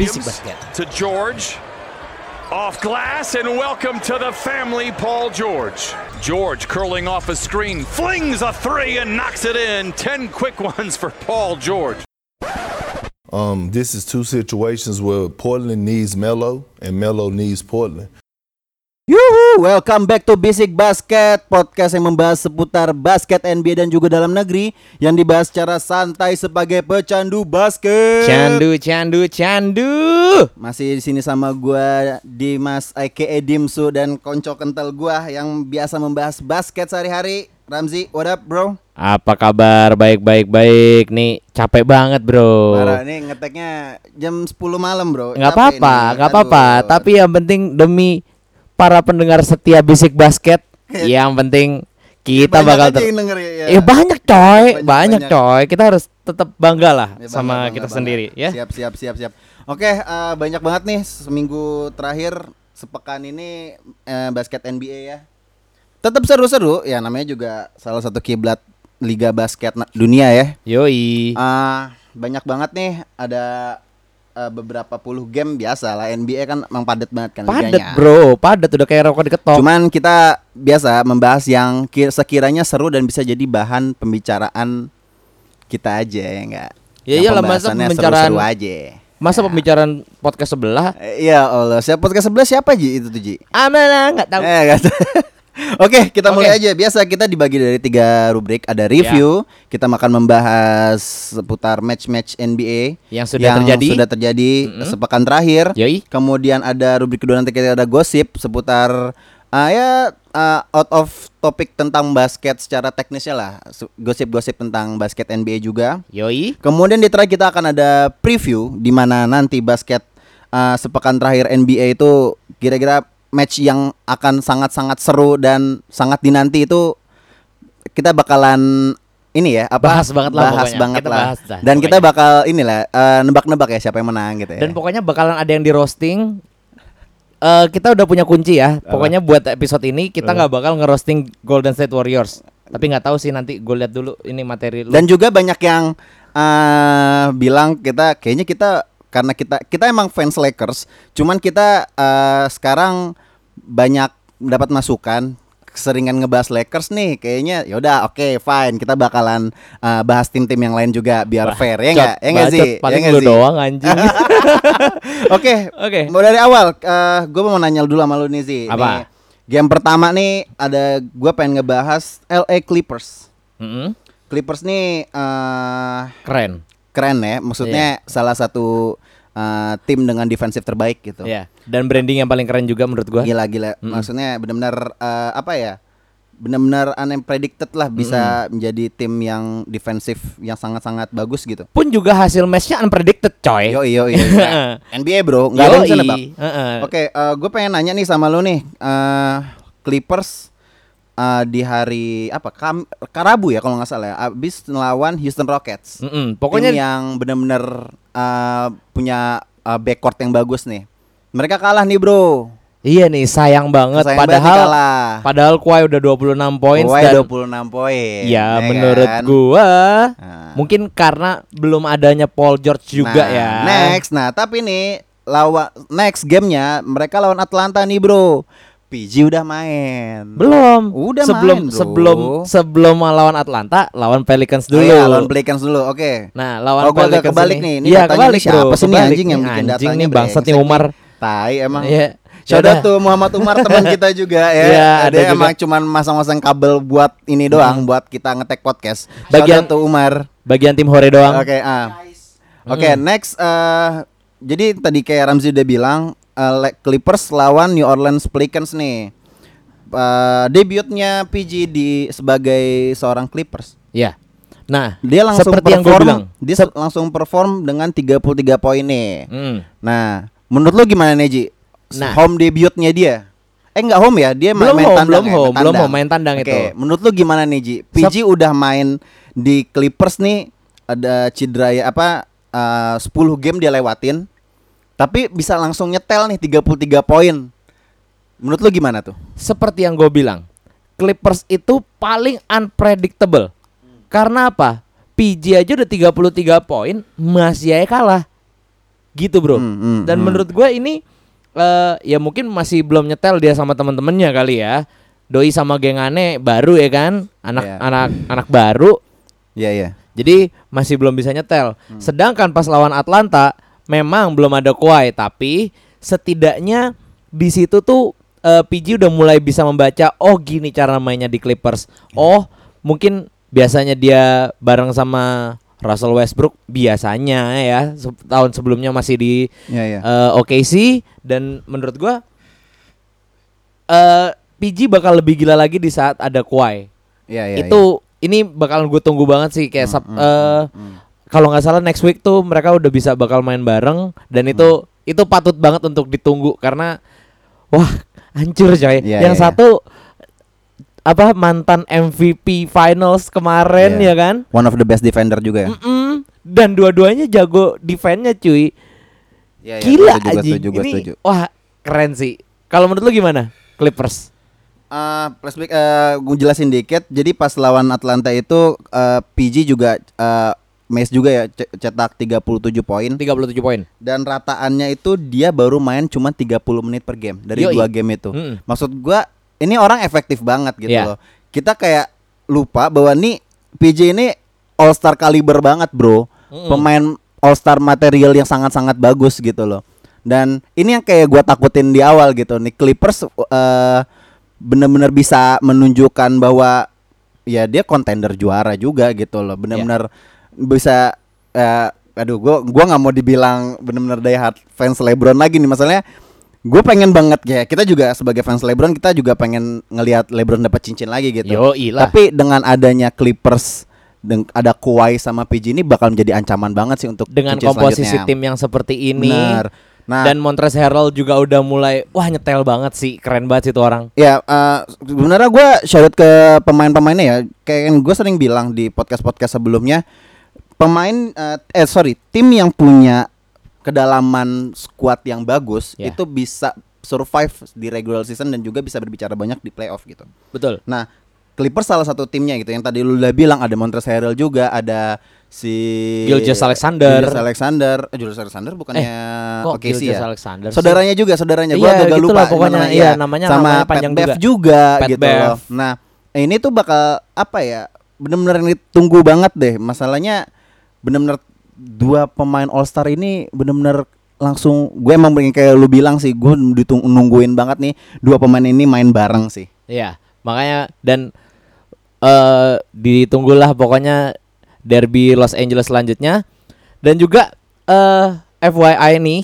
Bisik Basket. To George. Off glass and welcome to the family, Paul George. George curling off a screen, flings a three and knocks it in. 10 quick ones for Paul George. This is two situations where Portland needs Melo and Melo needs Portland. Yuhu, welcome back to Bisik Basket, podcast yang membahas seputar basket NBA dan juga dalam negeri yang dibahas secara santai sebagai pecandu basket. Candu. Masih di sini sama gua Dimas aka Dimsu dan konco kental gua yang biasa membahas basket sehari-hari. Ramzi, what up bro? Apa kabar? Baik. Nih capek banget bro. Parah nih ngeteknya jam 10 malam bro. Nggak apa-apa. Tapi yang penting demi para pendengar setia Bisik Basket, yang penting kita bakal denger, ya. banyak coy. Kita harus tetap bangga lah sama kita sendiri ya. Siap. Oke, banyak banget nih seminggu terakhir, sepekan ini basket NBA ya. Tetap seru-seru ya, namanya juga salah satu kiblat liga basket dunia ya. Yoi. Banyak banget nih, ada beberapa puluh game. Biasa lah, NBA kan emang padat banget kan liganya. Padat udah kayak rokok diketok. Cuman kita biasa membahas yang sekiranya seru dan bisa jadi bahan pembicaraan kita aja ya enggak. Ya iyalah, masa pembicaraan seru-seru aja. Masa pembicaraan podcast sebelah? Iya Allah, siapa podcast sebelah siapa Ji itu tuh Ji? Amanah, enggak tahu. Oke, kita mulai aja. Biasa kita dibagi dari 3 rubrik. Ada review, kita akan membahas seputar match-match NBA yang sudah terjadi sepekan terakhir. Yoi. Kemudian ada rubrik kedua, nanti kita ada gosip seputar out of topic tentang basket secara teknisnya lah. Gosip-gosip tentang basket NBA juga. Yoi. Kemudian di terakhir kita akan ada preview, di mana nanti basket sepekan terakhir NBA itu kira-kira match yang akan sangat-sangat seru dan sangat dinanti itu kita bakalan ini ya, bahas banget lah. Dan kita bakal inilah nebak-nebak ya siapa yang menang gitu ya. Dan pokoknya bakalan ada yang di roasting. Kita udah punya kunci ya. Pokoknya buat episode ini kita nggak bakal ngerosting Golden State Warriors. Tapi nggak tahu sih, nanti gue lihat dulu ini materi lu. Dan juga banyak yang bilang karena kita emang fans Lakers, cuman kita sekarang banyak dapat masukan keseringan ngebahas Lakers nih, kayaknya yaudah oke, fine, kita bakalan bahas tim-tim yang lain juga biar fair ya nggak sih? Paling lu doang anjing. Oke. Mulai dari awal, gue mau nanya dulu sama lu nih sih. Apa? Nih, game pertama nih ada gue pengen ngebahas LA Clippers. Clippers nih keren ya, maksudnya salah satu tim dengan defensif terbaik gitu. Iya. Dan branding yang paling keren juga menurut gua. Gila. Maksudnya benar-benar benar-benar unpredicted lah, bisa menjadi tim yang defensif yang sangat-sangat bagus gitu. Pun juga hasil matchnya unpredicted coy. Yoi. NBA bro, nggak ada yang bisa nebak. Oke, gue pengen nanya nih sama lu nih, Clippers di hari Rabu ya kalau nggak salah ya, abis melawan Houston Rockets. Pokoknya tim yang benar-benar punya backcourt yang bagus nih. Mereka kalah nih bro. Iya nih, sayang banget. Padahal Kawhi udah 26 poin. Ya menurut gua mungkin karena belum adanya Paul George juga ya. Tapi nih next gamenya mereka lawan Atlanta nih bro. PG udah main. Belum. Sebelum lawan Atlanta, lawan Pelicans dulu. Lawan Pelicans dulu. Oke. Nah, lawan Pelicans kebalik nih. Iya, kebalik siapa sih nih anjing yang bikin datanya nih, bangsat nih Umar. Tai emang. Iya. Shout tuh Muhammad Umar teman kita juga ya. Iya, ada emang cuman masang-masang kabel buat ini doang, buat kita ngetek podcast. Bagian tuh Umar. Bagian tim Hore doang. Oke, next jadi tadi kayak Ramzi udah bilang, Clippers lawan New Orleans Pelicans nih. Debutnya PG sebagai seorang Clippers. Iya. Nah, dia langsung seperti yang gue bilang, dia langsung perform dengan 33 poin nih. Nah, menurut lu gimana nih Ji? Home debutnya dia? Enggak home ya, dia main tandang itu. Oke, menurut lu gimana nih Ji? PG udah main di Clippers nih, ada cedera ya 10 game dia lewatin. Tapi bisa langsung nyetel nih 33 poin. Menurut lu gimana tuh? Seperti yang gue bilang, Clippers itu paling unpredictable. Karena apa? PG aja udah 33 poin, masih aja kalah. gitu bro. Dan menurut gue ini ya mungkin masih belum nyetel dia sama teman-temannya kali ya. Doi sama gengane baru ya kan, anak baru. Iya. Jadi masih belum bisa nyetel. Sedangkan pas lawan Atlanta memang belum ada Kawhi, tapi setidaknya di situ tuh PG udah mulai bisa membaca, oh gini cara mainnya di Clippers. Oh, mungkin biasanya dia bareng sama Russell Westbrook biasanya ya, tahun sebelumnya masih di OKC, dan menurut gua PG bakal lebih gila lagi di saat ada Kawhi. Ini bakalan gue tunggu banget sih kayak kalau nggak salah next week tuh mereka udah bisa bakal main bareng, dan itu patut banget untuk ditunggu karena wah hancur coy. Yang satu mantan MVP Finals kemarin ya kan, one of the best defender juga ya. Dan dua-duanya jago defense-nya cuy. Gila aja ini. Wah keren sih. Kalau menurut lu gimana Clippers? Flashback, gue jelasin dikit. Jadi pas lawan Atlanta itu PG juga Mace juga ya cetak 37 poin. Dan rataannya itu dia baru main cuma 30 menit per game dari 2 game itu. Maksud gue ini orang efektif banget gitu loh. Kita kayak lupa bahwa nih PG ini all star kaliber banget bro. Pemain all star material yang sangat-sangat bagus gitu loh. Dan ini yang kayak gue takutin di awal gitu. Nih Clippers benar-benar bisa menunjukkan bahwa ya dia kontender juara juga gitu loh. Benar-benar bisa gua nggak mau dibilang benar-benar die hard fans LeBron lagi nih. Masalahnya gue pengen banget ya, kita juga sebagai fans LeBron kita juga pengen ngelihat LeBron dapat cincin lagi gitu. Tapi dengan adanya Clippers ada Kawhi sama PG ini bakal menjadi ancaman banget sih untuk dengan komposisi tim yang seperti ini. Benar. Nah, dan Montrezl Harrell juga udah mulai nyetel banget sih, keren banget sih itu orang. Ya, sebenarnya gue shout ke pemain-pemainnya ya. Kayak gue sering bilang di podcast-podcast sebelumnya, tim yang punya kedalaman squad yang bagus itu bisa survive di regular season dan juga bisa berbicara banyak di playoff gitu. Betul. Nah, Clippers salah satu timnya gitu. Yang tadi lu udah bilang ada Montrezl Harrell juga, ada si Gilgeous Alexander bukannya OKC ya? Alexander saudaranya gue agak gitu lupa namanya sama panjang Pat Bev juga Pat gitu Bev. loh. Nah ini tuh bakal benar-benar ditunggu banget deh. Masalahnya benar-benar 2 pemain All Star ini benar-benar langsung, gue emang kayak lu bilang sih, gue nungguin banget nih 2 pemain ini main bareng sih. Iya makanya, dan ditunggulah pokoknya derby Los Angeles selanjutnya. Dan juga FYI nih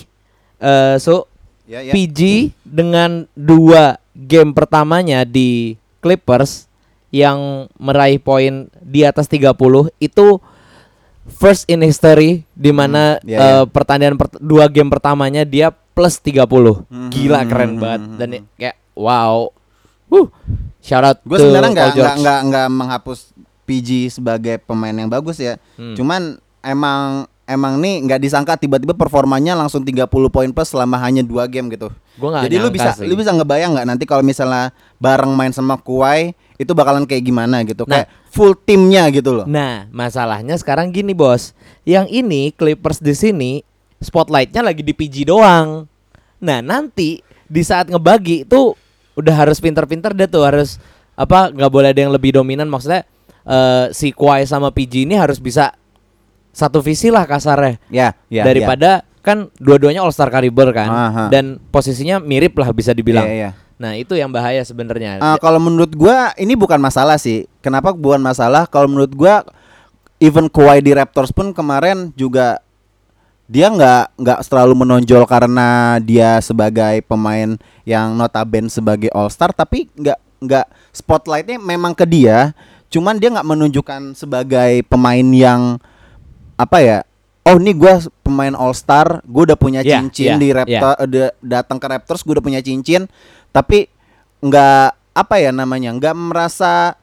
PG dengan 2 game pertamanya di Clippers yang meraih poin di atas 30 itu first in history, di mana pertandingan 2 game pertamanya dia plus 30. Gila keren banget. Dan kayak wow. Shout out. Gue sebenarnya nggak menghapus PG sebagai pemain yang bagus ya. Cuman emang nih nggak disangka tiba-tiba performanya langsung 30 poin plus selama hanya 2 game gitu. Jadi lu bisa ngebayang nggak nanti kalau misalnya bareng main sama Kawhi itu bakalan kayak gimana gitu. Kayak full timnya gitu loh. Nah, masalahnya sekarang gini, Bos. Yang ini Clippers di sini spotlightnya lagi di PG doang. Nah, nanti di saat ngebagi itu udah harus pinter-pinter deh tuh, harus nggak boleh ada yang lebih dominan. Maksudnya si Kawhi sama PG ini harus bisa satu visi lah kasarnya. Daripada kan dua-duanya All Star kaliber kan. Dan posisinya mirip lah bisa dibilang. Nah itu yang bahaya sebenarnya. Kalau menurut gua ini bukan masalah sih. Kenapa bukan masalah? Kalau menurut gua even Kawhi di Raptors pun kemarin juga dia nggak terlalu menonjol karena dia sebagai pemain yang notabene sebagai All Star, tapi nggak spotlightnya memang ke dia. Cuman dia nggak menunjukkan sebagai pemain yang oh ini gue pemain All Star, gue udah punya cincin di Raptors, datang ke Raptors gue udah punya cincin, tapi nggak nggak merasa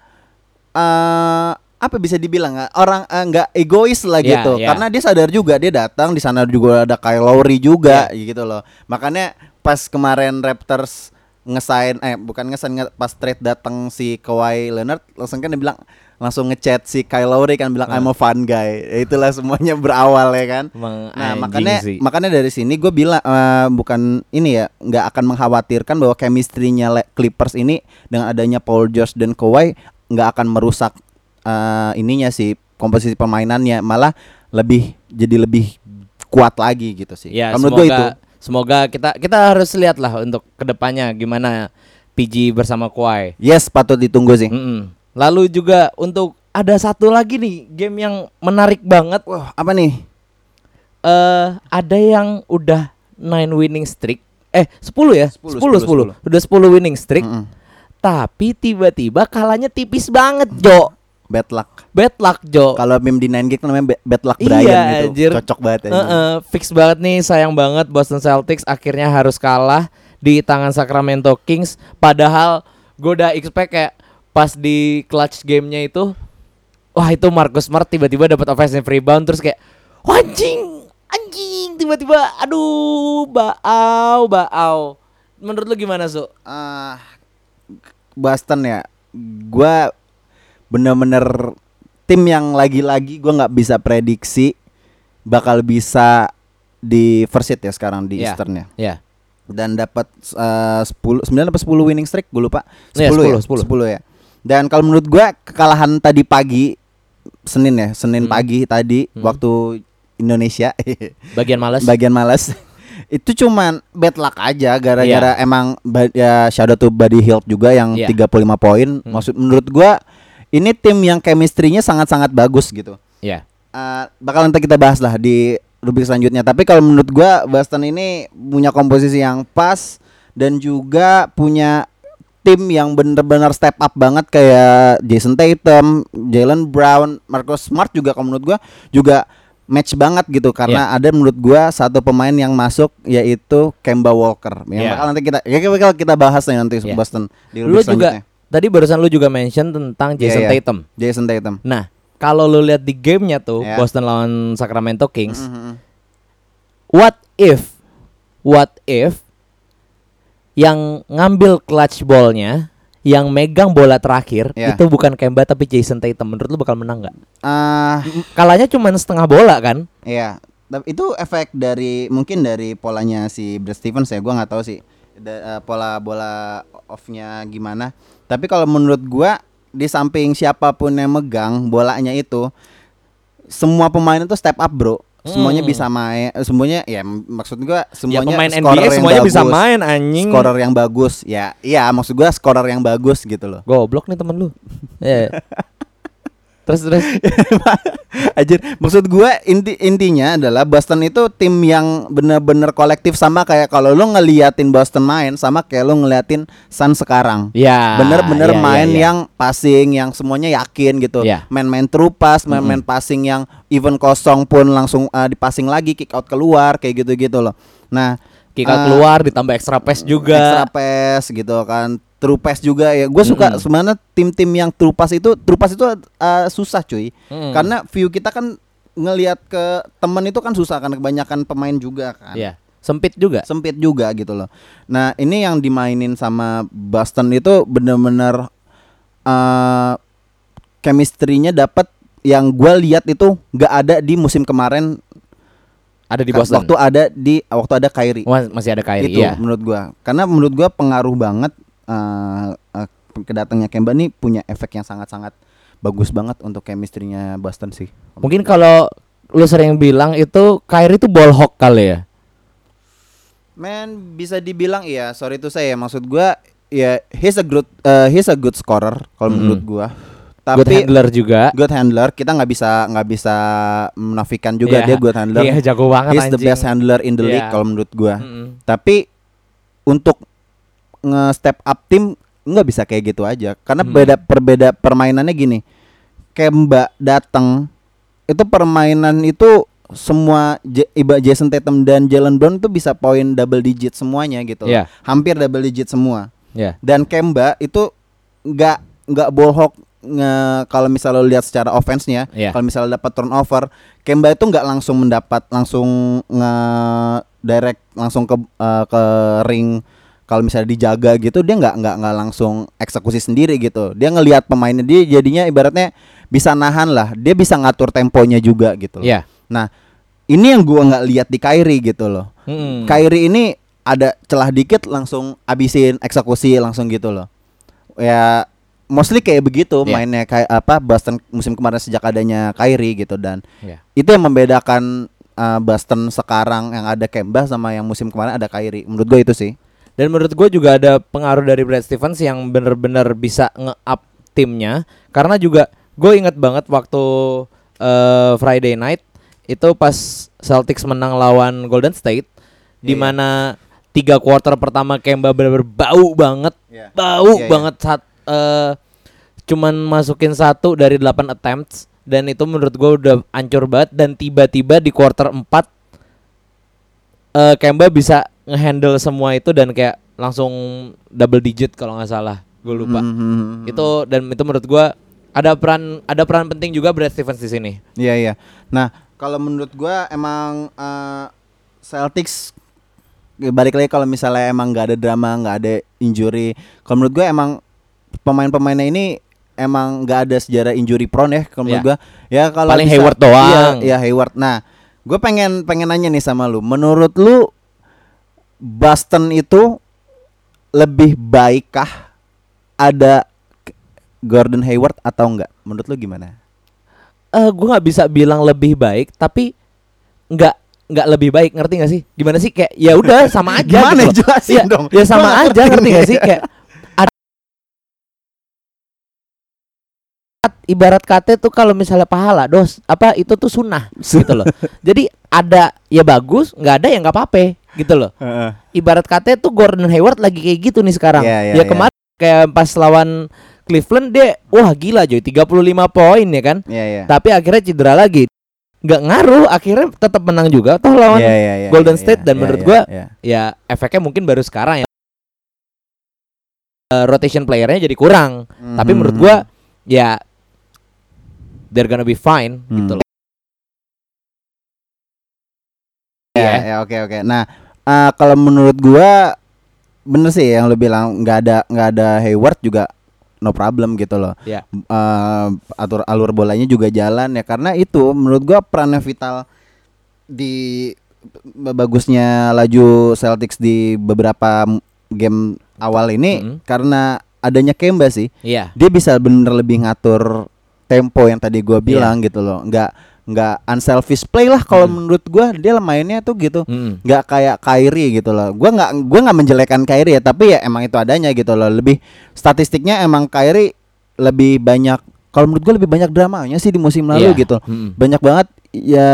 bisa dibilang orang nggak egois lah gitu. Karena dia sadar juga dia datang di sana juga ada Kyle Lowry juga gitu loh. Makanya pas kemarin Raptors pas trade datang si Kawhi Leonard langsung kan dia bilang langsung ngechat si Kyle Lowry kan bilang I'm a fun guy. Itulah semuanya berawal ya kan. Nah, makanya dari sini gue bilang bukan ini ya, nggak akan mengkhawatirkan bahwa chemistry-nya Clippers ini dengan adanya Paul George dan Kawhi nggak akan merusak ininya sih, komposisi permainannya, malah jadi lebih kuat lagi gitu sih. Ya, semoga kita harus lihat lah untuk kedepannya gimana PG bersama Kawhi. Yes, patut ditunggu sih. Lalu juga untuk ada satu lagi nih game yang menarik banget. Wah, apa nih? Ada yang udah 9 winning streak. 10 ya? 10. Udah 10 winning streak. Tapi tiba-tiba kalahnya tipis banget, Jo. Bad luck, Jo. Kalau meme di 9gag namanya bad luck Brian gitu. Anjir. Cocok banget fix banget nih, sayang banget Boston Celtics akhirnya harus kalah di tangan Sacramento Kings. Padahal gue udah expect kayak pas di clutch game-nya itu, wah itu Marcus Smart tiba-tiba dapat offensive rebound terus kayak anjing tiba-tiba aduh baau. Menurut lu gimana, Su? Boston ya, gue bener-bener tim yang lagi-lagi gue nggak bisa prediksi bakal bisa di first seed ya sekarang di Eastern ya. Dan dapat 9 dapat 10 winning streak, gue lupa 10 ya. Dan kalau menurut gue kekalahan tadi pagi Senin pagi tadi waktu Indonesia bagian malas itu cuman bad luck aja gara-gara emang ya shout out to Buddy Hield juga yang 35 poin. Maksud menurut gue ini tim yang chemistry-nya sangat-sangat bagus gitu. Bakal nanti kita bahas lah di rubrik selanjutnya. Tapi kalau menurut gue Boston ini punya komposisi yang pas dan juga punya tim yang benar-benar step up banget kayak Jason Tatum, Jaylen Brown, Marcus Smart juga kalau menurut gue juga match banget gitu karena ada menurut gue satu pemain yang masuk yaitu Kemba Walker yang bakal nanti kita bahas nanti Boston di rubrik selanjutnya. Tadi barusan lu juga mention tentang Jason Tatum. Nah, kalau lu lihat di gamenya tuh Boston lawan Sacramento Kings, what if yang ngambil clutch ball-nya, yang megang bola terakhir itu bukan Kemba tapi Jason Tatum, menurut lu bakal menang nggak? Kalahnya cuma setengah bola kan? Iya, itu efek mungkin dari polanya si Brad Stevens ya, gue nggak tahu sih pola bola off-nya gimana. Tapi kalau menurut gue di samping siapapun yang megang bolanya itu, semua pemain itu step up bro. Semuanya bisa main, semuanya ya maksud gua semuanya pemain NBA semuanya bagus, bisa main anjing. Scorer yang bagus. Ya, iya maksud gua scorer yang bagus gitu loh. Goblok nih temen lu. Terus Anjir, maksud gua intinya adalah Boston itu tim yang benar-benar kolektif, sama kayak kalau lu ngeliatin Boston main sama kayak lu ngeliatin Suns sekarang. Bener-bener main yang passing yang semuanya yakin gitu. Main-main true pass, main-main passing yang even kosong pun langsung dipassing lagi, kick out keluar kayak gitu-gitu loh. Nah, kick out keluar ditambah extra pass juga. Extra pass gitu kan. True pass juga ya. Gue suka sebenarnya tim-tim yang true pass itu susah cuy. Karena view kita kan ngelihat ke temen itu kan susah karena kebanyakan pemain juga kan. Sempit juga gitu loh. Nah, ini yang dimainin sama Boston itu benar-benar chemistry-nya dapat yang gue lihat itu nggak ada di musim kemarin. Ada di Boston. Waktu ada Kyrie. Masih ada Kyrie. Itu menurut gue. Karena menurut gue pengaruh banget kedatangnya Kemba nih punya efek yang sangat-sangat bagus banget untuk chemistry-nya Boston sih. Mungkin kalau lu sering bilang itu Kyrie itu ball hawk kali ya. Men, bisa dibilang iya, sorry itu saya maksud gua ya he's a good scorer kalau menurut gua. Tapi good handler kita nggak bisa menafikan juga dia good handler. Jago banget. He's the best handler in the league kalau menurut gua. Tapi untuk nge-step up tim nggak bisa kayak gitu aja karena berbeda permainannya gini. Kemba datang itu permainan itu semua Jason Tatum dan Jaylen Brown itu bisa poin double digit semuanya gitu. Hampir double digit semua. Dan Kemba itu nggak ball hawk kalau misalnya lo lihat secara offense-nya, kalau misalnya dapat turnover, Kemba itu nggak langsung direct langsung ke ring kalau misalnya dijaga gitu dia nggak langsung eksekusi sendiri gitu. Dia ngelihat pemainnya, dia jadinya ibaratnya bisa nahan lah, dia bisa ngatur temponya juga gitu loh. Yeah. Nah ini yang gua nggak lihat di Kyrie gitu loh. Kyrie ini ada celah dikit langsung abisin eksekusi langsung gitu loh. Ya mostly kayak begitu mainnya kayak Boston musim kemarin sejak adanya Kyrie gitu, dan itu yang membedakan Boston sekarang yang ada Kemba sama yang musim kemarin ada Kyrie. Menurut gue itu sih. Dan menurut gue juga ada pengaruh dari Brad Stevens yang benar-benar bisa nge-up timnya. Karena juga gue inget banget waktu Friday night itu pas Celtics menang lawan Golden State, di mana 3 quarter pertama Kemba benar-benar bau banget, banget saat cuman masukin 1 dari 8 attempts, dan itu menurut gue udah hancur banget. Dan tiba-tiba di quarter 4 Kemba bisa ngehandle semua itu dan kayak langsung double digit kalau nggak salah, gue lupa. Itu, dan itu menurut gue ada peran penting juga Brad Stevens di sini. Iya. Nah kalau menurut gue emang Celtics balik lagi, kalau misalnya emang nggak ada drama, nggak ada injury, kalau menurut gue emang pemain-pemainnya ini emang nggak ada sejarah injury prone ya kalau menurut gue. Ya kalau paling Hayward doang. Iya Hayward. Nah gue pengen nanya nih sama lu, menurut lu Boston itu lebih baikkah ada Gordon Hayward atau enggak? Menurut lu gimana? Gue nggak bisa bilang lebih baik, tapi nggak lebih baik, ngerti nggak sih? Gimana sih, kayak ya udah sama aja. Gimana gitu jelasin dong? Ya sama aja, ngerti nggak sih? Kayak ibarat kata tuh kalau misalnya pahala itu tuh sunnah gitu loh. Jadi ada ya bagus, nggak ada ya nggak apa-apa gitu loh. Ibarat kata tuh Gordon Hayward lagi kayak gitu nih sekarang. Ya kemarin kayak pas lawan Cleveland dia wah gila Joy, 35 poin ya kan. Tapi akhirnya cedera lagi, nggak ngaruh, akhirnya tetap menang juga toh lawan Golden State. Dan menurut gua ya efeknya mungkin baru sekarang ya, rotation playernya jadi kurang. Tapi menurut gua ya they're gonna be fine gitu loh. Oke. Nah, kalau menurut gua bener sih yang lu bilang, nggak ada Hayward juga no problem gitu loh. Atur alur bolanya juga jalan ya, karena itu menurut gua perannya vital di bagusnya laju Celtics di beberapa game awal ini karena adanya Kemba sih. Dia bisa bener lebih ngatur tempo yang tadi gue bilang gitu loh, nggak unselfish play lah kalau menurut gue. Dia mainnya tuh gitu, nggak kayak Kyrie gitu loh. Gue nggak menjelekan Kyrie ya, tapi ya emang itu adanya gitu loh. Lebih statistiknya emang Kyrie lebih banyak, kalau menurut gue lebih banyak dramanya sih di musim lalu gitu. Banyak banget ya,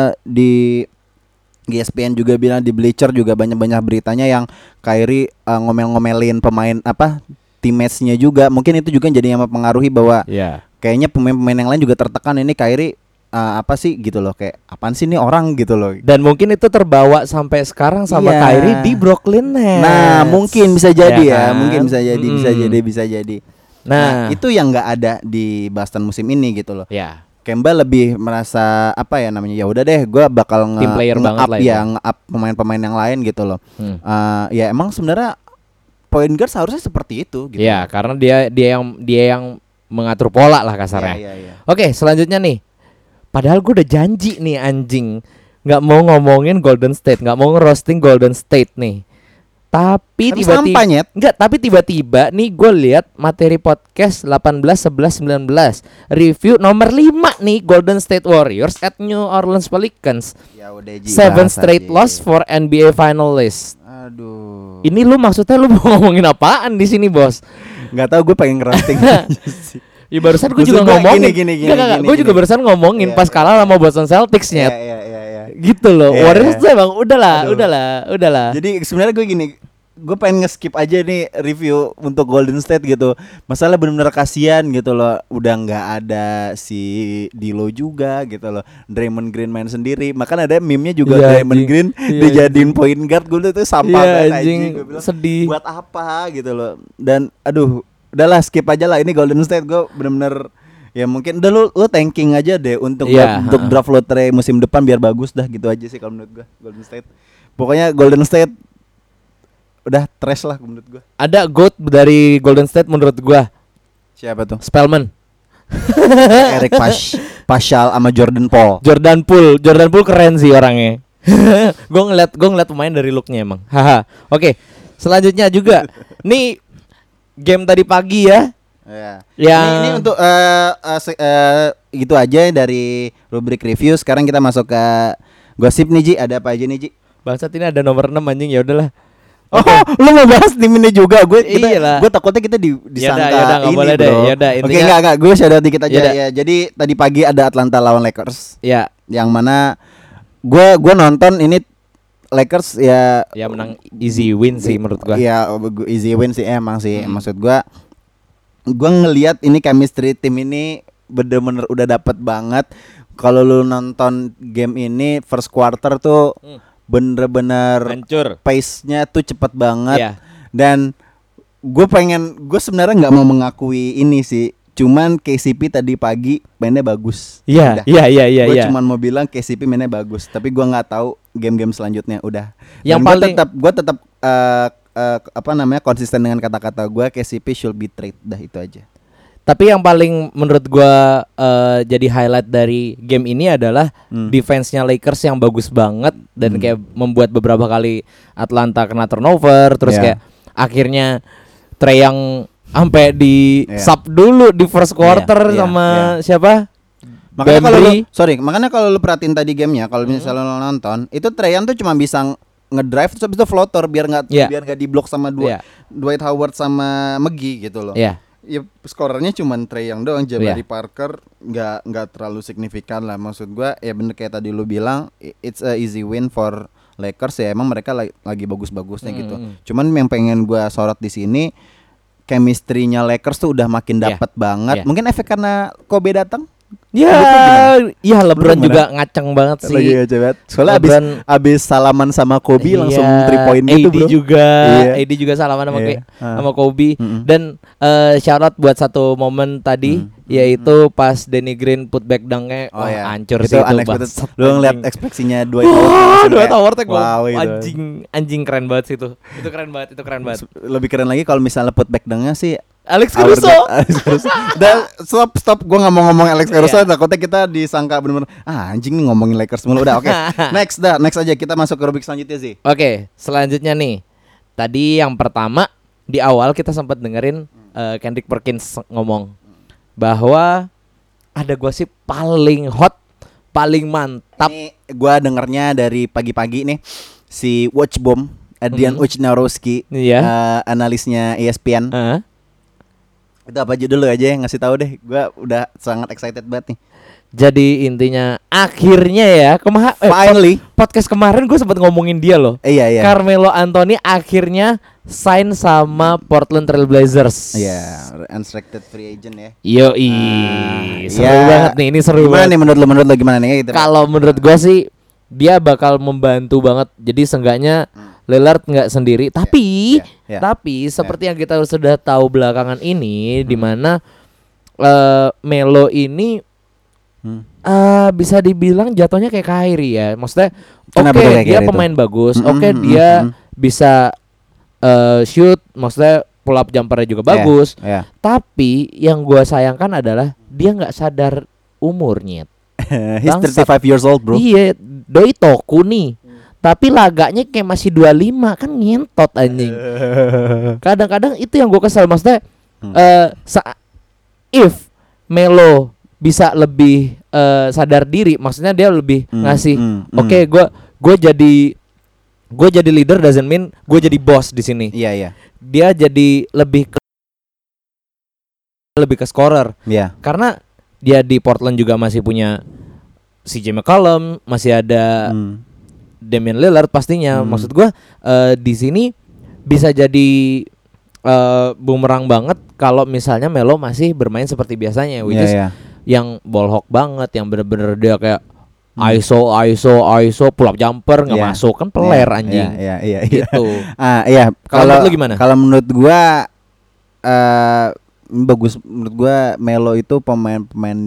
di ESPN juga bilang, di Bleacher juga banyak beritanya yang Kyrie ngomel-ngomelin pemain teammates-nya juga. Mungkin itu juga jadi yang mempengaruhi bahwa kayaknya pemain-pemain yang lain juga tertekan, ini Kyrie apa sih gitu loh, kayak apaan sih ini orang gitu loh. Dan mungkin itu terbawa sampai sekarang sama Kyrie di Brooklyn Nets. Nah mungkin bisa jadi mungkin bisa jadi. Nah itu yang nggak ada di Boston musim ini gitu loh. Kemba lebih merasa ya udah deh, gue bakal nge-up pemain-pemain yang lain gitu loh. Ya emang sebenarnya point guard seharusnya seperti itu gitu. Ya karena dia yang mengatur pola lah kasarnya. Oke, selanjutnya nih. Padahal gue udah janji nih anjing, nggak mau ngomongin Golden State, nggak mau ngerosting Golden State nih. Tapi tiba-tiba nih gue lihat materi podcast 18, 11, 19 review nomor 5 nih, Golden State Warriors at New Orleans Pelicans. 7 straight loss for NBA finalists. Aduh. Ini lu maksudnya lu mau ngomongin apaan di sini, Bos? Nggak tahu, gue pengen ngerosting aja sih. Ya barusan gue juga ngomongin. Gue juga barusan ngomongin pas kalah sama Boston Celtics-nya. Gitu loh. Warriors tuh emang udahlah. Jadi sebenarnya gue pengen nge-skip aja nih review untuk Golden State gitu. Masalah benar-benar kasihan gitu loh. Udah nggak ada si D'Lo juga gitu loh. Draymond Green main sendiri. Makanya ada meme-nya juga Draymond Green dijadiin point guard. Gue tuh sampah banget anjing. Gue bilang sedih. Buat apa gitu loh. Dan aduh, udahlah skip aja lah. Ini Golden State gue benar-benar ya mungkin udah lu tanking aja deh untuk draft lottery musim depan biar bagus dah gitu aja sih kalau menurut gue Golden State. Pokoknya Golden State udah trash lah menurut gua. Ada GOAT dari Golden State menurut gua. Siapa tuh? Spellman. Eric Paschal sama Jordan Poole keren sih orangnya. Gue ngeliat pemain dari looknya emang. Haha. Oke, selanjutnya juga nih game tadi pagi ya. Ya. Ini untuk gitu aja dari rubrik review. Sekarang kita masuk ke gosip nih Ji. Ada apa aja nih Ji? Bangsat ini ada nomor 6 anjing, ya udahlah. Oh, lu mau bahas tim ini juga? Gue takutnya kita disangka yaudah, ini boleh bro. Oke, enggak. Gue shout out dikit aja ya. Jadi tadi pagi ada Atlanta lawan Lakers. Ya. Yang mana gue nonton ini Lakers ya menang easy win sih menurut gue. Ya easy win sih emang sih. Maksud gue ngelihat ini chemistry tim ini bener-bener udah dapet banget. Kalau lu nonton game ini first quarter tuh bener-bener hancur, pace-nya tuh cepet banget. Dan gue sebenarnya nggak mau mengakui ini sih, cuman KCP tadi pagi mainnya bagus. Iya. Gue cuman mau bilang KCP mainnya bagus, tapi gue nggak tahu game-game selanjutnya. Udah. Yang paling gue tetap konsisten dengan kata-kata gue, KCP should be trade. Dah itu aja. Tapi yang paling menurut gua jadi highlight dari game ini adalah defense-nya Lakers yang bagus banget dan kayak membuat beberapa kali Atlanta kena turnover, terus kayak akhirnya Trae yang sampai di sub dulu di first quarter sama siapa? Makanya kalau lu perhatiin tadi gamenya, kalau misalnya lu nonton, itu Trae Young tuh cuma bisa ngedrive terus habis itu floater biar nggak diblok sama Dwight Howard sama McGee gitu loh. Ya skorernya cuma Trae Young doang, Jabari Parker nggak terlalu signifikan lah. Maksud gua ya bener kayak tadi lu bilang, it's a easy win for Lakers ya, emang mereka lagi bagus-bagusnya gitu. Cuman yang pengen gua sorot di sini, chemistry-nya Lakers tuh udah makin dapet banget. Mungkin efek karena Kobe datang. LeBron juga ngaceng banget sih. Soalnya abis salaman sama Kobe langsung 3 point gitu bro. AD juga salaman sama Kobe. Dan shout out buat satu momen tadi, yaitu pas Danny Green putback dunk-nya hancur sih itu. Lu ngeliat ekspresinya Dwight Howard anjing keren banget sih itu. Itu keren banget. Lebih keren lagi kalau misalnya putback dunk-nya sih Alex Caruso. Dan stop, gue nggak mau ngomong Alex Caruso, takutnya kita disangka bener-bener anjing nih ngomongin Lakers mulu. Udah oke. Next aja kita masuk ke rubrik selanjutnya sih. Oke, selanjutnya nih. Tadi yang pertama di awal kita sempat dengerin Kendrick Perkins ngomong bahwa ada gosip paling hot, paling mantap. Ini gue dengernya dari pagi-pagi nih, si Watchbomb Adrian Wojnarowski, analisnya ESPN. Itu apa judul lu aja yang ngasih tahu deh. Gue udah sangat excited banget nih. Jadi intinya akhirnya ya finally podcast kemarin gue sempat ngomongin dia loh. Iya. Carmelo Anthony akhirnya sign sama Portland Trail Blazers. Iya, unrestricted free agent ya. Seru banget nih, ini seru gimana banget. Nih menurut lu gimana nih? Kalau menurut gue sih dia bakal membantu banget. Jadi seenggaknya Lillard nggak sendiri, tapi seperti yang kita sudah tahu belakangan ini, di mana Melo ini bisa dibilang jatuhnya kayak Kyrie ya. Maksudnya dia pemain bagus, dia bisa shoot, maksudnya pull up jumpernya juga bagus. Tapi yang gue sayangkan adalah dia nggak sadar umurnya. He's 35 years old bro. Iya, doi toku nih. Tapi laganya kayak masih 25, kan ngentot anjing. Kadang-kadang itu yang gue kesel. Maksudnya if Melo bisa lebih sadar diri, maksudnya dia lebih ngasih gue jadi leader doesn't mean gue jadi boss di sini. Iya. Dia jadi lebih ke scorer. Karena dia di Portland juga masih punya CJ McCollum, masih ada Damian Lillard pastinya. Maksud gue di sini bisa jadi bumerang banget kalau misalnya Melo masih bermain seperti biasanya, which is yang ball hawk banget, yang bener-bener dia kayak ISO pull up jumper nggak masuk, kan peler anjing. Gitu. Kalau menurut lu gimana? Kalau menurut gue bagus. Menurut gue Melo itu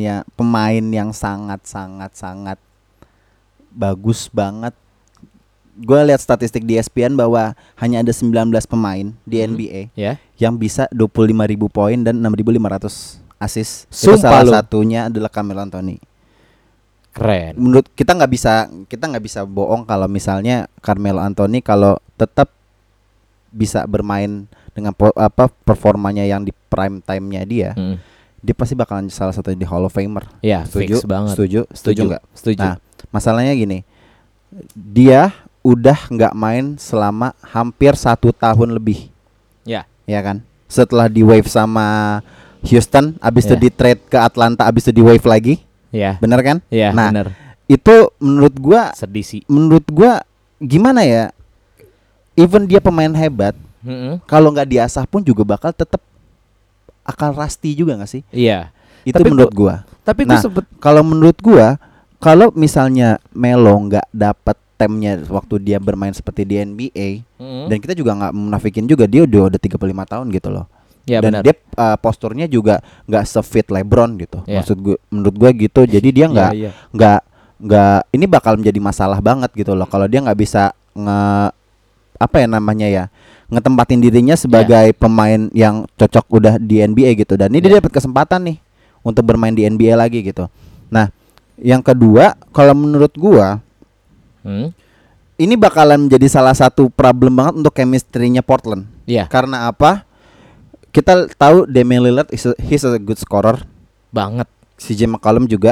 pemain yang sangat bagus banget gue lihat statistik di ESPN bahwa hanya ada 19 pemain di NBA yang bisa 25.000 poin dan 6.500 assist. Itu salah satunya adalah Carmelo Anthony. Keren. Menurut kita nggak bisa bohong kalau misalnya Carmelo Anthony kalau tetap bisa bermain dengan performanya yang di prime time-nya dia, dia pasti bakalan salah satu di Hall of Famer. Iya, fix banget. Setuju nggak? Setuju. Nah, masalahnya gini, dia udah nggak main selama hampir 1 tahun lebih. Ya kan. Setelah di wave sama Houston, abis itu di trade ke Atlanta, abis itu di wave lagi. Bener kan? Nah, bener. Itu menurut gua sedih sih. Menurut gua gimana ya? Even dia pemain hebat, kalau nggak diasah pun juga bakal tetap akan rusty juga nggak sih? Iya. Itu tapi menurut gua. Tapi kalau menurut gua, kalau misalnya Melo nggak dapat temnya waktu dia bermain seperti di NBA, dan kita juga nggak menafikin juga dia udah 35 tahun gitu loh. Ya, dan benar. Dia posturnya juga nggak se-fit LeBron gitu. Menurut gue gitu. Jadi dia nggak ini bakal menjadi masalah banget gitu loh. Kalau dia nggak bisa ngetempatin dirinya sebagai pemain yang cocok udah di NBA gitu. Dan ini dia dapat kesempatan nih untuk bermain di NBA lagi gitu. Nah, yang kedua, kalau menurut gua ini bakalan menjadi salah satu problem banget untuk chemistry-nya Portland. Karena apa? Kita tahu Damian Lillard he's a good scorer banget. CJ McCollum juga.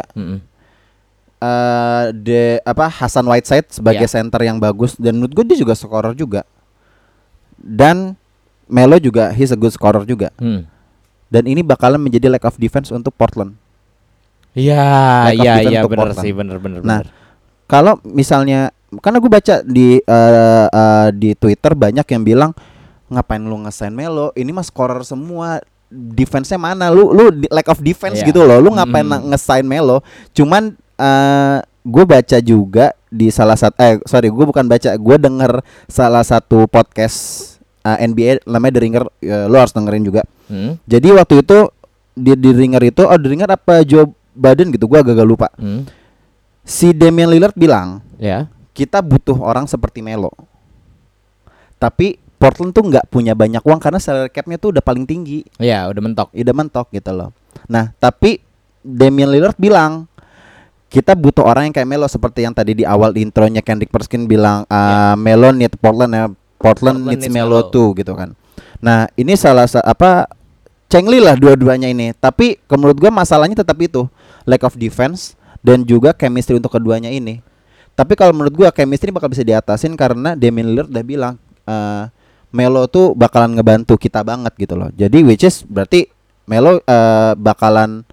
Hassan Whiteside sebagai center yang bagus, dan menurut gue dia juga scorer juga. Dan Melo juga he's a good scorer juga. Dan ini bakalan menjadi lack of defense untuk Portland. Iya benar. Nah, kalau misalnya, karena gue baca di Twitter banyak yang bilang, ngapain lu nge-sign Melo? Ini mah scorer semua. Defense-nya mana? Lu lack of defense gitu loh. Lu ngapain nge-sign Melo? Cuman gue baca juga di salah satu gue bukan baca, gue denger salah satu podcast NBA namanya The Ringer. Lu harus dengerin juga. Jadi waktu itu di Ringer itu, The Ringer apa Joe Biden gitu, gue agak lupa. Si Damian Lillard bilang, kita butuh orang seperti Melo. Tapi Portland tuh nggak punya banyak uang karena salary cap-nya tuh udah paling tinggi. Udah mentok gitu loh. Nah, tapi Damian Lillard bilang, kita butuh orang yang kayak Melo, seperti yang tadi di awal intronya Kendrick Perkins bilang, Melo need Portland needs Melo tuh gitu kan. Nah, ini salah cengli lah dua-duanya ini. Tapi menurut gue masalahnya tetap itu, lack of defense dan juga chemistry untuk keduanya ini. Tapi kalau menurut gue chemistry bakal bisa diatasin karena Damian Lillard udah bilang, Melo tuh bakalan ngebantu kita banget gitu loh. Jadi which is berarti Melo bakalan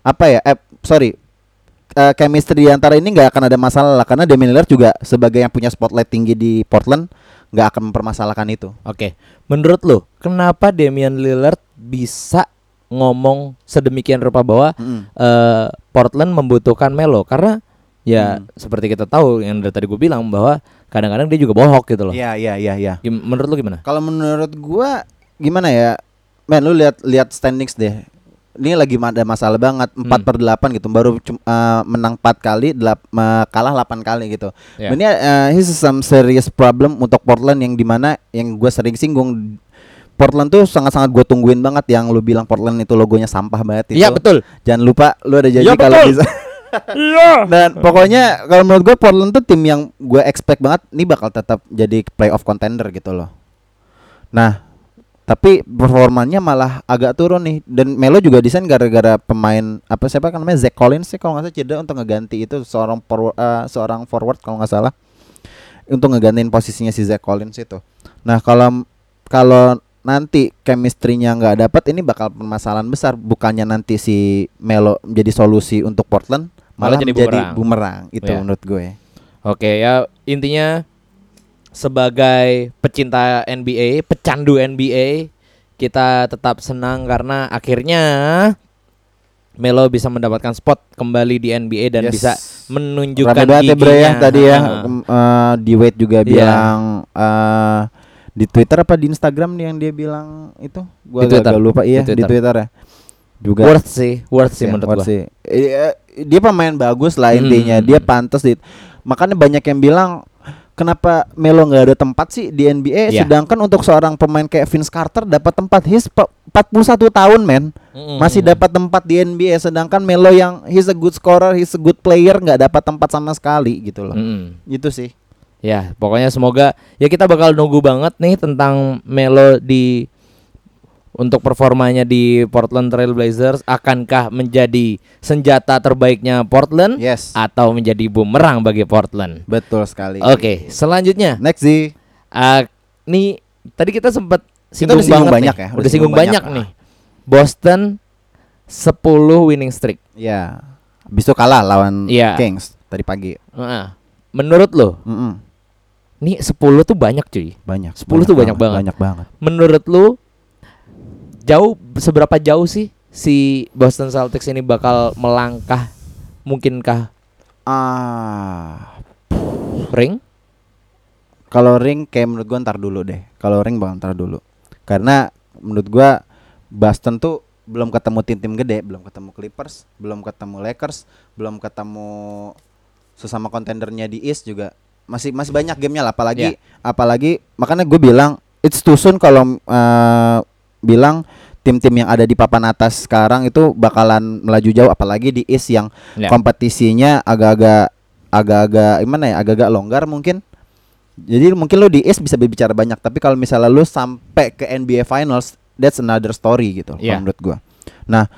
chemistry antara ini nggak akan ada masalah lah, karena Damian Lillard juga sebagai yang punya spotlight tinggi di Portland nggak akan mempermasalahkan itu. Oke. Menurut lo, kenapa Damian Lillard bisa ngomong sedemikian rupa bahwa Portland membutuhkan Melo? Karena seperti kita tahu yang dari tadi gue bilang bahwa kadang-kadang dia juga bohong gitu loh. Iya. Menurut lu gimana? Kalau menurut gue gimana ya, men, lu lihat standings deh. Ini lagi ada masalah banget, 4/8 gitu. Baru menang 4 kali, kalah 8 kali gitu. Ini here's some serious problem untuk Portland, yang dimana yang gue sering singgung. Portland tuh sangat-sangat gue tungguin banget yang lu bilang Portland itu logonya sampah banget itu. Iya betul. Jangan lupa lu ada janji kalau bisa. Iya. Dan pokoknya kalau menurut gue Portland tuh tim yang gue expect banget ini bakal tetap jadi playoff contender gitu loh. Nah, tapi performanya malah agak turun nih. Dan Melo juga desain gara-gara pemain siapa kan namanya Zach Collins sih kalau nggak salah cedera untuk ngeganti itu seorang forward kalau nggak salah, untuk ngegantiin posisinya si Zach Collins itu. Nah, kalau nanti chemistry-nya nggak dapat, ini bakal permasalahan besar. Bukannya nanti si Melo menjadi solusi untuk Portland, malah jadi bumerang. Itu menurut gue. Oke, ya intinya sebagai pecinta NBA, pecandu NBA, kita tetap senang karena akhirnya Melo bisa mendapatkan spot kembali di NBA dan bisa menunjukkan giginya. Tadi di Wade juga bilang di Twitter apa di Instagram nih yang dia bilang itu, gua agak lupa. Di Twitter ya juga worth sih menurut gua. Dia pemain bagus lah intinya. Dia pantas makanya banyak yang bilang kenapa Melo nggak ada tempat sih di NBA? Sedangkan untuk seorang pemain kayak Vince Carter dapat tempat, he's 41 tahun men, masih dapat tempat di NBA. Sedangkan Melo yang he's a good scorer, he's a good player, nggak dapat tempat sama sekali gitu loh. Gitu sih. Ya pokoknya semoga ya kita bakal nunggu banget nih tentang Melo untuk performanya di Portland Trail Blazers. Akankah menjadi senjata terbaiknya Portland atau menjadi bumerang bagi Portland? Betul sekali. Oke, selanjutnya next sih. Nih tadi kita sempat singgung banyak ya. Udah singgung banyak nih. Boston 10 winning streak. Ya. Habis itu kalah lawan Kings tadi pagi. Menurut lo? Nih 10 tuh banyak cuy. Banyak. 10 tuh banyak banget. Banyak banget. Menurut lo seberapa jauh sih si Boston Celtics ini bakal melangkah? Mungkinkah ring? Kalau ring kayak menurut gua ntar dulu deh. Kalau ring bakal ntar dulu. Karena menurut gua Boston tuh belum ketemu tim-tim gede, belum ketemu Clippers, belum ketemu Lakers, belum ketemu sesama kontendernya di East juga. Masih banyak gamenya lah, apalagi makanya gue bilang it's too soon kalau bilang tim-tim yang ada di papan atas sekarang itu bakalan melaju jauh, apalagi di East yang kompetisinya agak-agak gimana ya, agak-agak longgar mungkin. Jadi mungkin lo di East bisa berbicara banyak, tapi kalau misalnya lo sampai ke NBA Finals, that's another story gitu menurut gue. Nah,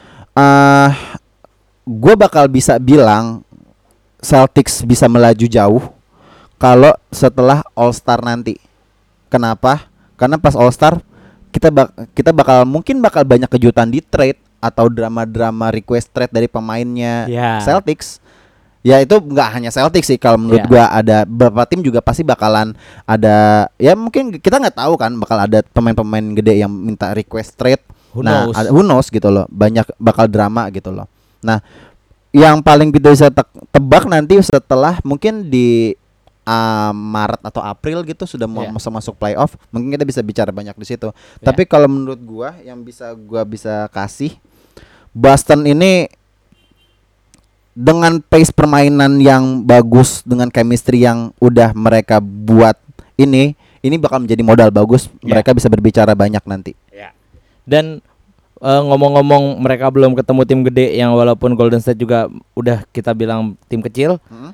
gue bakal bisa bilang Celtics bisa melaju jauh kalau setelah All Star nanti. Kenapa? Karena pas All Star kita bakal banyak kejutan di trade atau drama-drama request trade dari pemainnya Celtics. Ya itu nggak hanya Celtics sih, kalau menurut gua ada beberapa tim juga pasti bakalan ada. Ya mungkin kita nggak tahu kan, bakal ada pemain-pemain gede yang minta request trade. Who knows gitu loh, banyak bakal drama gitu loh. Nah, yang paling kita bisa tebak nanti setelah mungkin di Maret atau April gitu sudah mau masuk playoff, mungkin kita bisa bicara banyak di situ. Tapi kalau menurut gua yang gua bisa kasih, Boston ini dengan pace permainan yang bagus, dengan chemistry yang udah mereka buat ini bakal menjadi modal bagus. Mereka bisa berbicara banyak nanti. Dan ngomong-ngomong mereka belum ketemu tim gede, yang walaupun Golden State juga udah kita bilang tim kecil.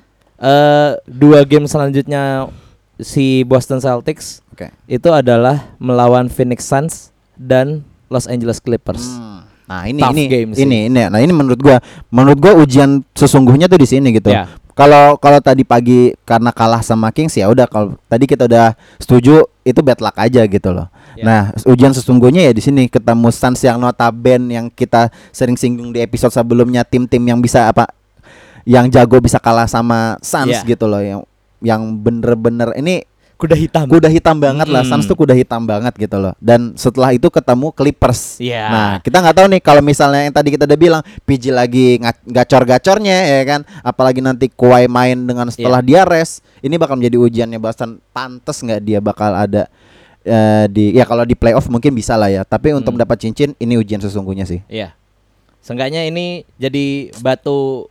2 game selanjutnya si Boston Celtics itu adalah melawan Phoenix Suns dan Los Angeles Clippers. Nah ini menurut gua ujian sesungguhnya tuh di sini gitu. Kalau tadi pagi karena kalah sama Kings, ya udah, kalau tadi kita udah setuju itu bad luck aja gitu loh. Nah, ujian sesungguhnya ya di sini ketemu Suns yang notabene yang kita sering singgung di episode sebelumnya, tim-tim yang bisa yang jago bisa kalah sama Suns gitu loh, yang bener-bener ini kuda hitam banget lah. Suns tuh kuda hitam banget gitu loh. Dan setelah itu ketemu Clippers. Nah, kita nggak tahu nih kalau misalnya yang tadi kita udah bilang PG lagi gacor-gacornya ya kan, apalagi nanti Kawhi main dengan setelah dia rest, ini bakal menjadi ujiannya Boston. Pantes nggak dia bakal ada kalau di playoff mungkin bisa lah ya, tapi untuk mendapat cincin ini ujian sesungguhnya sih. Seenggaknya ini jadi batu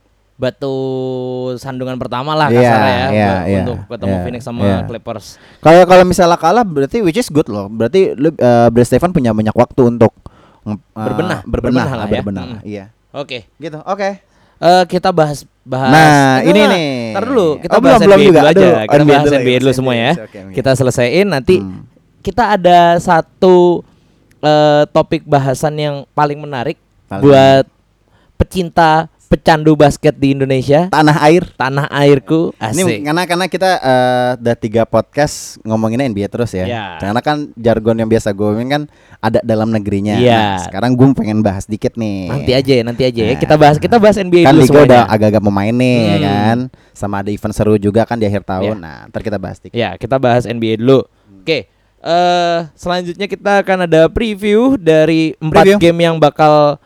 sandungan pertama lah kasarnya untuk ketemu Phoenix sama Clippers. Kalau misalnya kalah berarti which is good loh. Berarti Brad Stevens punya banyak waktu untuk berbenah lah. Iya. Oke. Gitu. Oke. Kita bahas. Nah, ini nih. Ntar dulu, kita bahas NBA dulu aja. Kita bahas NBA dulu semua ya. Kita selesaiin nanti. Kita ada satu topik bahasan yang paling menarik buat pecinta pecandu basket di Indonesia, tanah airku. Asik. Ini karena kita udah 3 podcast ngomonginnya NBA terus ya. Karena kan jargon yang biasa gue ngomongin kan ada dalam negerinya. Nah, sekarang gue pengen bahas dikit nih. Nanti aja ya. Kita bahas NBA kan dulu semuanya. Kan udah agak-agak pemain nih ya kan. Sama ada event seru juga kan di akhir tahun. Nah, ntar kita bahas dikit. Kita bahas NBA dulu. Oke. Selanjutnya kita akan ada preview dari 4 game yang bakal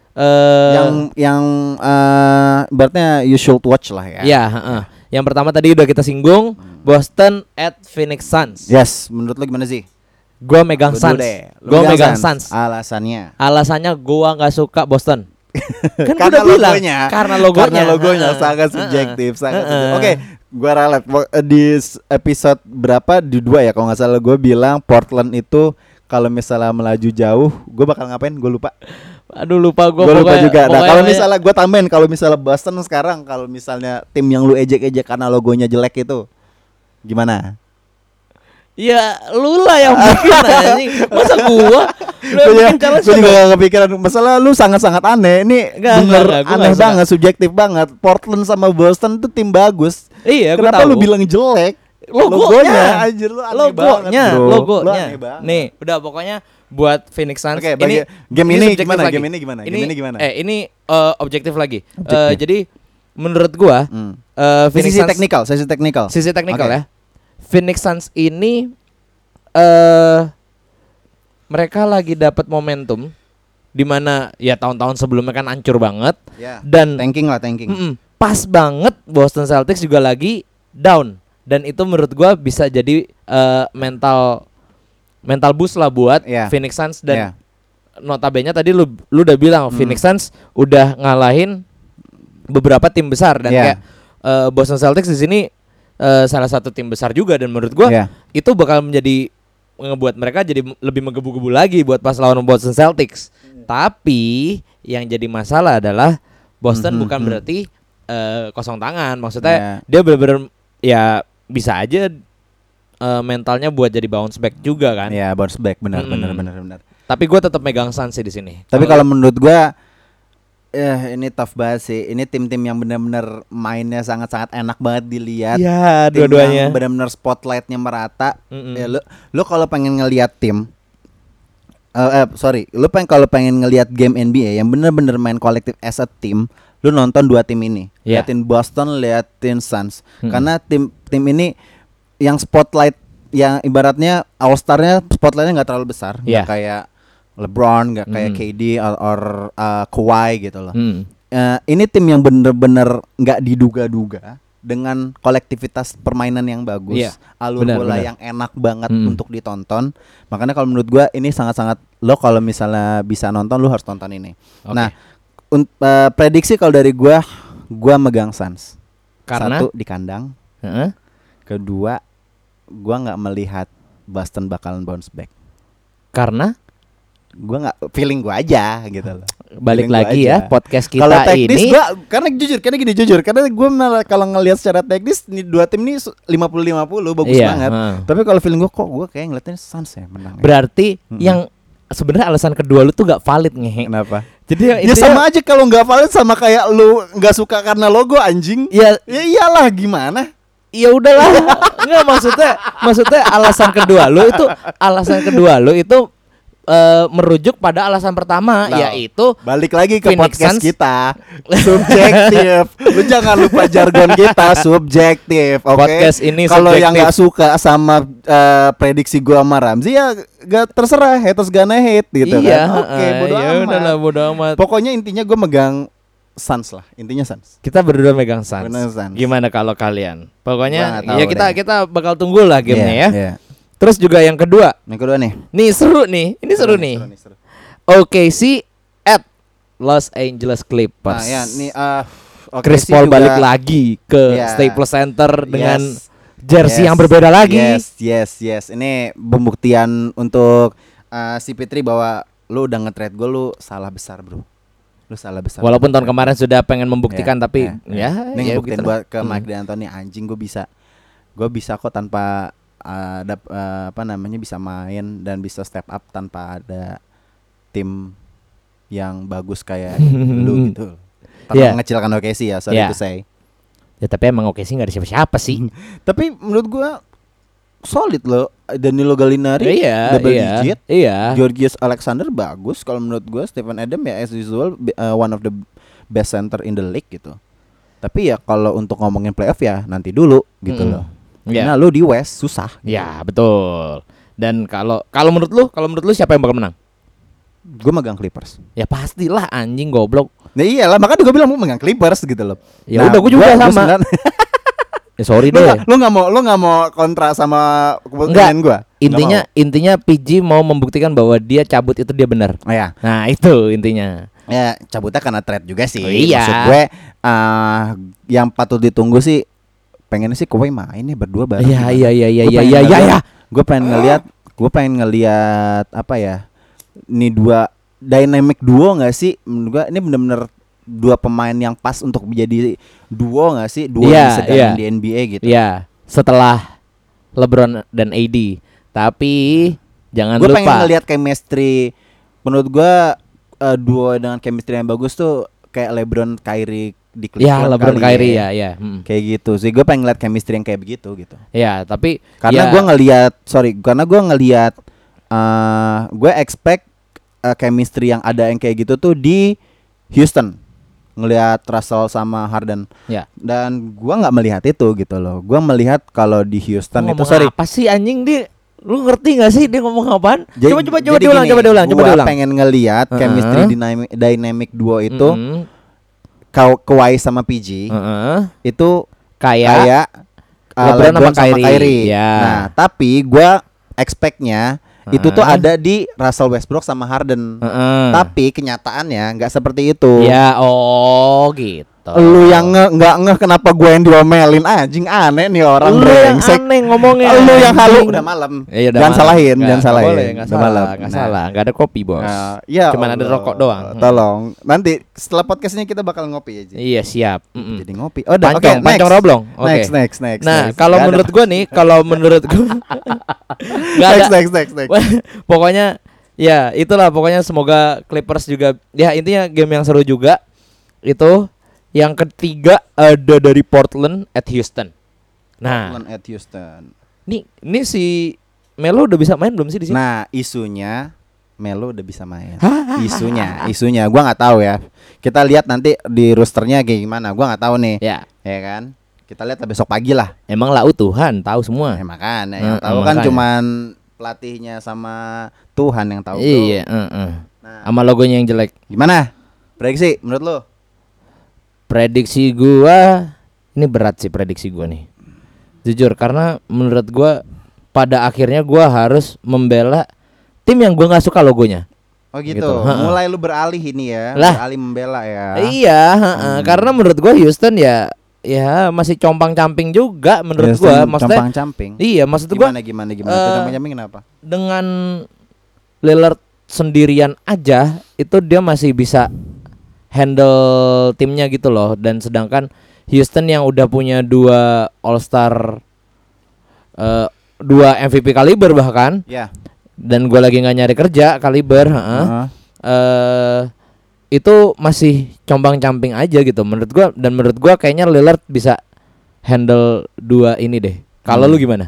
yang berarti you should watch lah ya. Yang pertama tadi udah kita singgung, Boston at Phoenix Suns. Yes, menurut lo gimana sih? Gua megang Suns. Alasannya gua nggak suka Boston. Kan karena udah bilang karena logonya sangat subjektif. Oke, Gue ralat di episode berapa di 2 ya kalau nggak salah gue bilang Portland itu kalau misalnya melaju jauh gue bakal ngapain, gue lupa. Aduh lupa gue juga. Nah kalau misalnya gue tambahin kalau misalnya Boston sekarang kalau misalnya tim yang lu ejek-ejek karena logonya jelek itu gimana? Ya lu lah yang bikin anjing. Masa gua juga gak kepikiran. Masalah lu sangat-sangat aneh. Ini bener aneh banget, subjektif banget. Portland sama Boston tuh tim bagus. Iya, kenapa lu bilang jelek? Logonya anjir lu aneh banget, bro. Logonya. Nih, udah pokoknya buat Phoenix Suns ini game ini gimana? Ini objektif lagi. Jadi menurut gua Phoenix Suns sisi teknikal ya. Phoenix Suns ini mereka lagi dapat momentum di mana ya tahun-tahun sebelumnya kan hancur banget dan tanking. Pas banget Boston Celtics juga lagi down dan itu menurut gua bisa jadi mental boost lah buat Phoenix Suns dan notabene tadi lu udah bilang Phoenix Suns udah ngalahin beberapa tim besar dan kayak Boston Celtics di sini salah satu tim besar juga dan menurut gue itu bakal menjadi ngebuat mereka jadi lebih menggebu-gebu lagi buat pas lawan Boston Celtics. Tapi yang jadi masalah adalah Boston bukan berarti kosong tangan. Maksudnya dia benar-benar ya bisa aja mentalnya buat jadi bounce back juga kan. Ya bounce back benar. Tapi gue tetap megang Suns sih di sini. Tapi kalau menurut gue ini tough banget sih. Ini tim-tim yang benar-benar mainnya sangat-sangat enak banget dilihat. Iya, dua-duanya. Benar-benar spotlightnya merata. Ya, lu kalau pengen ngelihat tim, kalau pengen ngelihat game NBA yang benar-benar main kolektif as a team, lu nonton 2 tim ini. Liatin Boston, liatin Suns. Karena tim ini yang spotlight, yang ibaratnya All Star-nya spotlightnya nggak terlalu besar, nggak kayak LeBron, nggak kayak KD or Kawhi gitu loh. Ini tim yang bener-bener nggak diduga-duga dengan kolektivitas permainan yang bagus, alur bola yang enak banget untuk ditonton. Makanya kalau menurut gua ini sangat-sangat lo kalau misalnya bisa nonton lo harus tonton ini. Nah, prediksi kalau dari gua megang Suns. Karena 1 di kandang. Kedua, gua nggak melihat Boston bakalan bounce back. Karena gue nggak feeling gue aja gitu loh. Balik feeling lagi ya podcast kita kalo teknis, ini. Karena gue malah kalau ngelihat secara teknis nih 2 tim ini 50-50 bagus banget. Tapi kalau feeling gue kok gue kayak ngeliatnya Suns ya menang. Berarti yang sebenarnya alasan kedua lu tuh gak valid ngehe. Kenapa? Jadi ya sama aja kalau nggak valid sama kayak lu nggak suka karena logo anjing. Ya iyalah gimana? Ya udahlah. Enggak maksudnya alasan kedua lu itu merujuk pada alasan pertama, yaitu balik lagi ke Phoenix podcast Suns. Kita subjektif. Lu jangan lupa jargon kita subjektif. Podcast ini kalau yang nggak suka sama prediksi gua sama Ramzi ya gak terserah, haters gonna hate gitu kan. Bodo amat. Pokoknya intinya gua megang Suns lah, intinya Suns. Kita berdua megang Suns. Gimana kalau kalian? Pokoknya ya kita bakal tunggu lah gamenya ya. Terus juga yang kedua nih. Ini seru nih. OKC at Los Angeles Clippers. Nah, ya, nih Chris Paul juga balik lagi ke Staples Center dengan jersey yang berbeda lagi. Yes. Ini pembuktian untuk CP3 bahwa lu udah nge-trade gue, lu salah besar, bro. Walaupun tahun kemarin sudah pengen membuktikan tapi ini ngebuktiin buat ke Mike D'Antoni anjing gue bisa kok tanpa ada bisa main dan bisa step up tanpa ada tim yang bagus kayak lu gitu. Tanpa mengecilkan OKC ya, sorry to say. Ya tapi emang OKC nggak ada siapa-siapa sih. Tapi menurut gua solid loh. Danilo Gallinari double digit. Georgios Alexander bagus. Kalau menurut gua Stephen Adams ya as usual one of the best center in the league gitu. Tapi ya kalau untuk ngomongin playoff ya nanti dulu gitu loh. Karena lu di West susah. Ya betul. Dan kalau menurut lu siapa yang bakal menang? Gue megang Clippers. Ya pastilah anjing goblok. Nah iyalah makanya gue bilang gue megang Clippers gitu loh. Ya udah gue juga sama. Ya sorry deh. Lu nggak mau kontra sama keputusan gue. Intinya PG mau membuktikan bahwa dia cabut itu dia benar. Oh ya. Nah itu intinya. Ya cabutnya karena trade juga sih. Iya. Maksud gue yang patut ditunggu sih pengen sih Kawhi main nih berdua bareng. Iya. Gue pengen ngelihat apa ya? Ini dua dynamic duo nggak sih? Menurut gue ini benar-benar dua pemain yang pas untuk menjadi duo nggak sih? Duo yang sedang di NBA gitu. Iya. Setelah LeBron dan AD. Tapi jangan lupa. Gue pengen ngelihat chemistry. Menurut gue duo dengan chemistry yang bagus tuh kayak LeBron Kyrie di Clippers. Ya, LeBron Kyrie ya. Kayak gitu sih. Gue pengen ngeliat chemistry yang kayak begitu gitu. Ya, tapi karena gue ngelihat gue expect chemistry yang ada yang kayak gitu tuh di Houston. Ngelihat Russell sama Harden. Ya. Dan gue nggak melihat itu gitu loh. Gue melihat kalau di Houston itu apa sih anjing dia? Lu ngerti gak sih dia ngomong apaan? Coba diulang. Gue pengen ngelihat chemistry dynamic duo itu Kawhi sama PG itu kayak LeBron sama Kyrie. Ya. Nah, tapi gue expect-nya itu tuh ada di Russell Westbrook sama Harden. Tapi kenyataannya nggak seperti itu. Ya, gitu. Lu yang nggak ngeh kenapa gue yang diomelin, anjing, aneh nih orang. Lu yang aneh ngomongnya. Lu yang halu. Udah malam. Jangan salahin. Nggak salah. Nggak ada kopi, Bos. Cuman ada rokok doang. Tolong. Nanti setelah podcast ini kita bakal ngopi aja. Iya, siap. Jadi ngopi. Oh, udah. Pancong roblong. Next. Nah, kalau menurut gue next. Pokoknya ya itulah, pokoknya semoga Clippers juga ya intinya game yang seru juga. Itu yang ketiga ada dari Portland at Houston. Nah, Portland at Houston. Ini si Melo udah bisa main belum sih di sini? Nah, isunya Melo udah bisa main. Isunya gua nggak tahu ya. Kita lihat nanti di rosternya kayak gimana. Gua nggak tahu nih. Ya kan? Kita lihat besok pagi lah. Emang lau Tuhan tahu semua. Makanya yang tahu kan cuman pelatihnya sama Tuhan yang tahu. Iya, Nah, sama logonya yang jelek. Gimana? Prediksi menurut lo? Prediksi gua ini berat sih prediksi gua nih. Jujur, karena menurut gua pada akhirnya gua harus membela tim yang gua nggak suka logonya. Oh gitu. Mulai lu beralih ini ya, beralih membela ya. Iya, karena menurut gua Houston ya masih compang-camping juga menurut gua. Maksudnya compang-camping. Iya, maksud gua gimana compang-camping kenapa? Dengan Lillard sendirian aja itu dia masih bisa handle timnya gitu loh, dan sedangkan Houston yang udah punya 2 All-Star 2 MVP kaliber bahkan. Dan gue lagi nggak nyari kerja kaliber, itu masih compang-camping aja gitu menurut gue. Dan menurut gue kayaknya Lillard bisa handle 2 ini deh. Kalau lu gimana?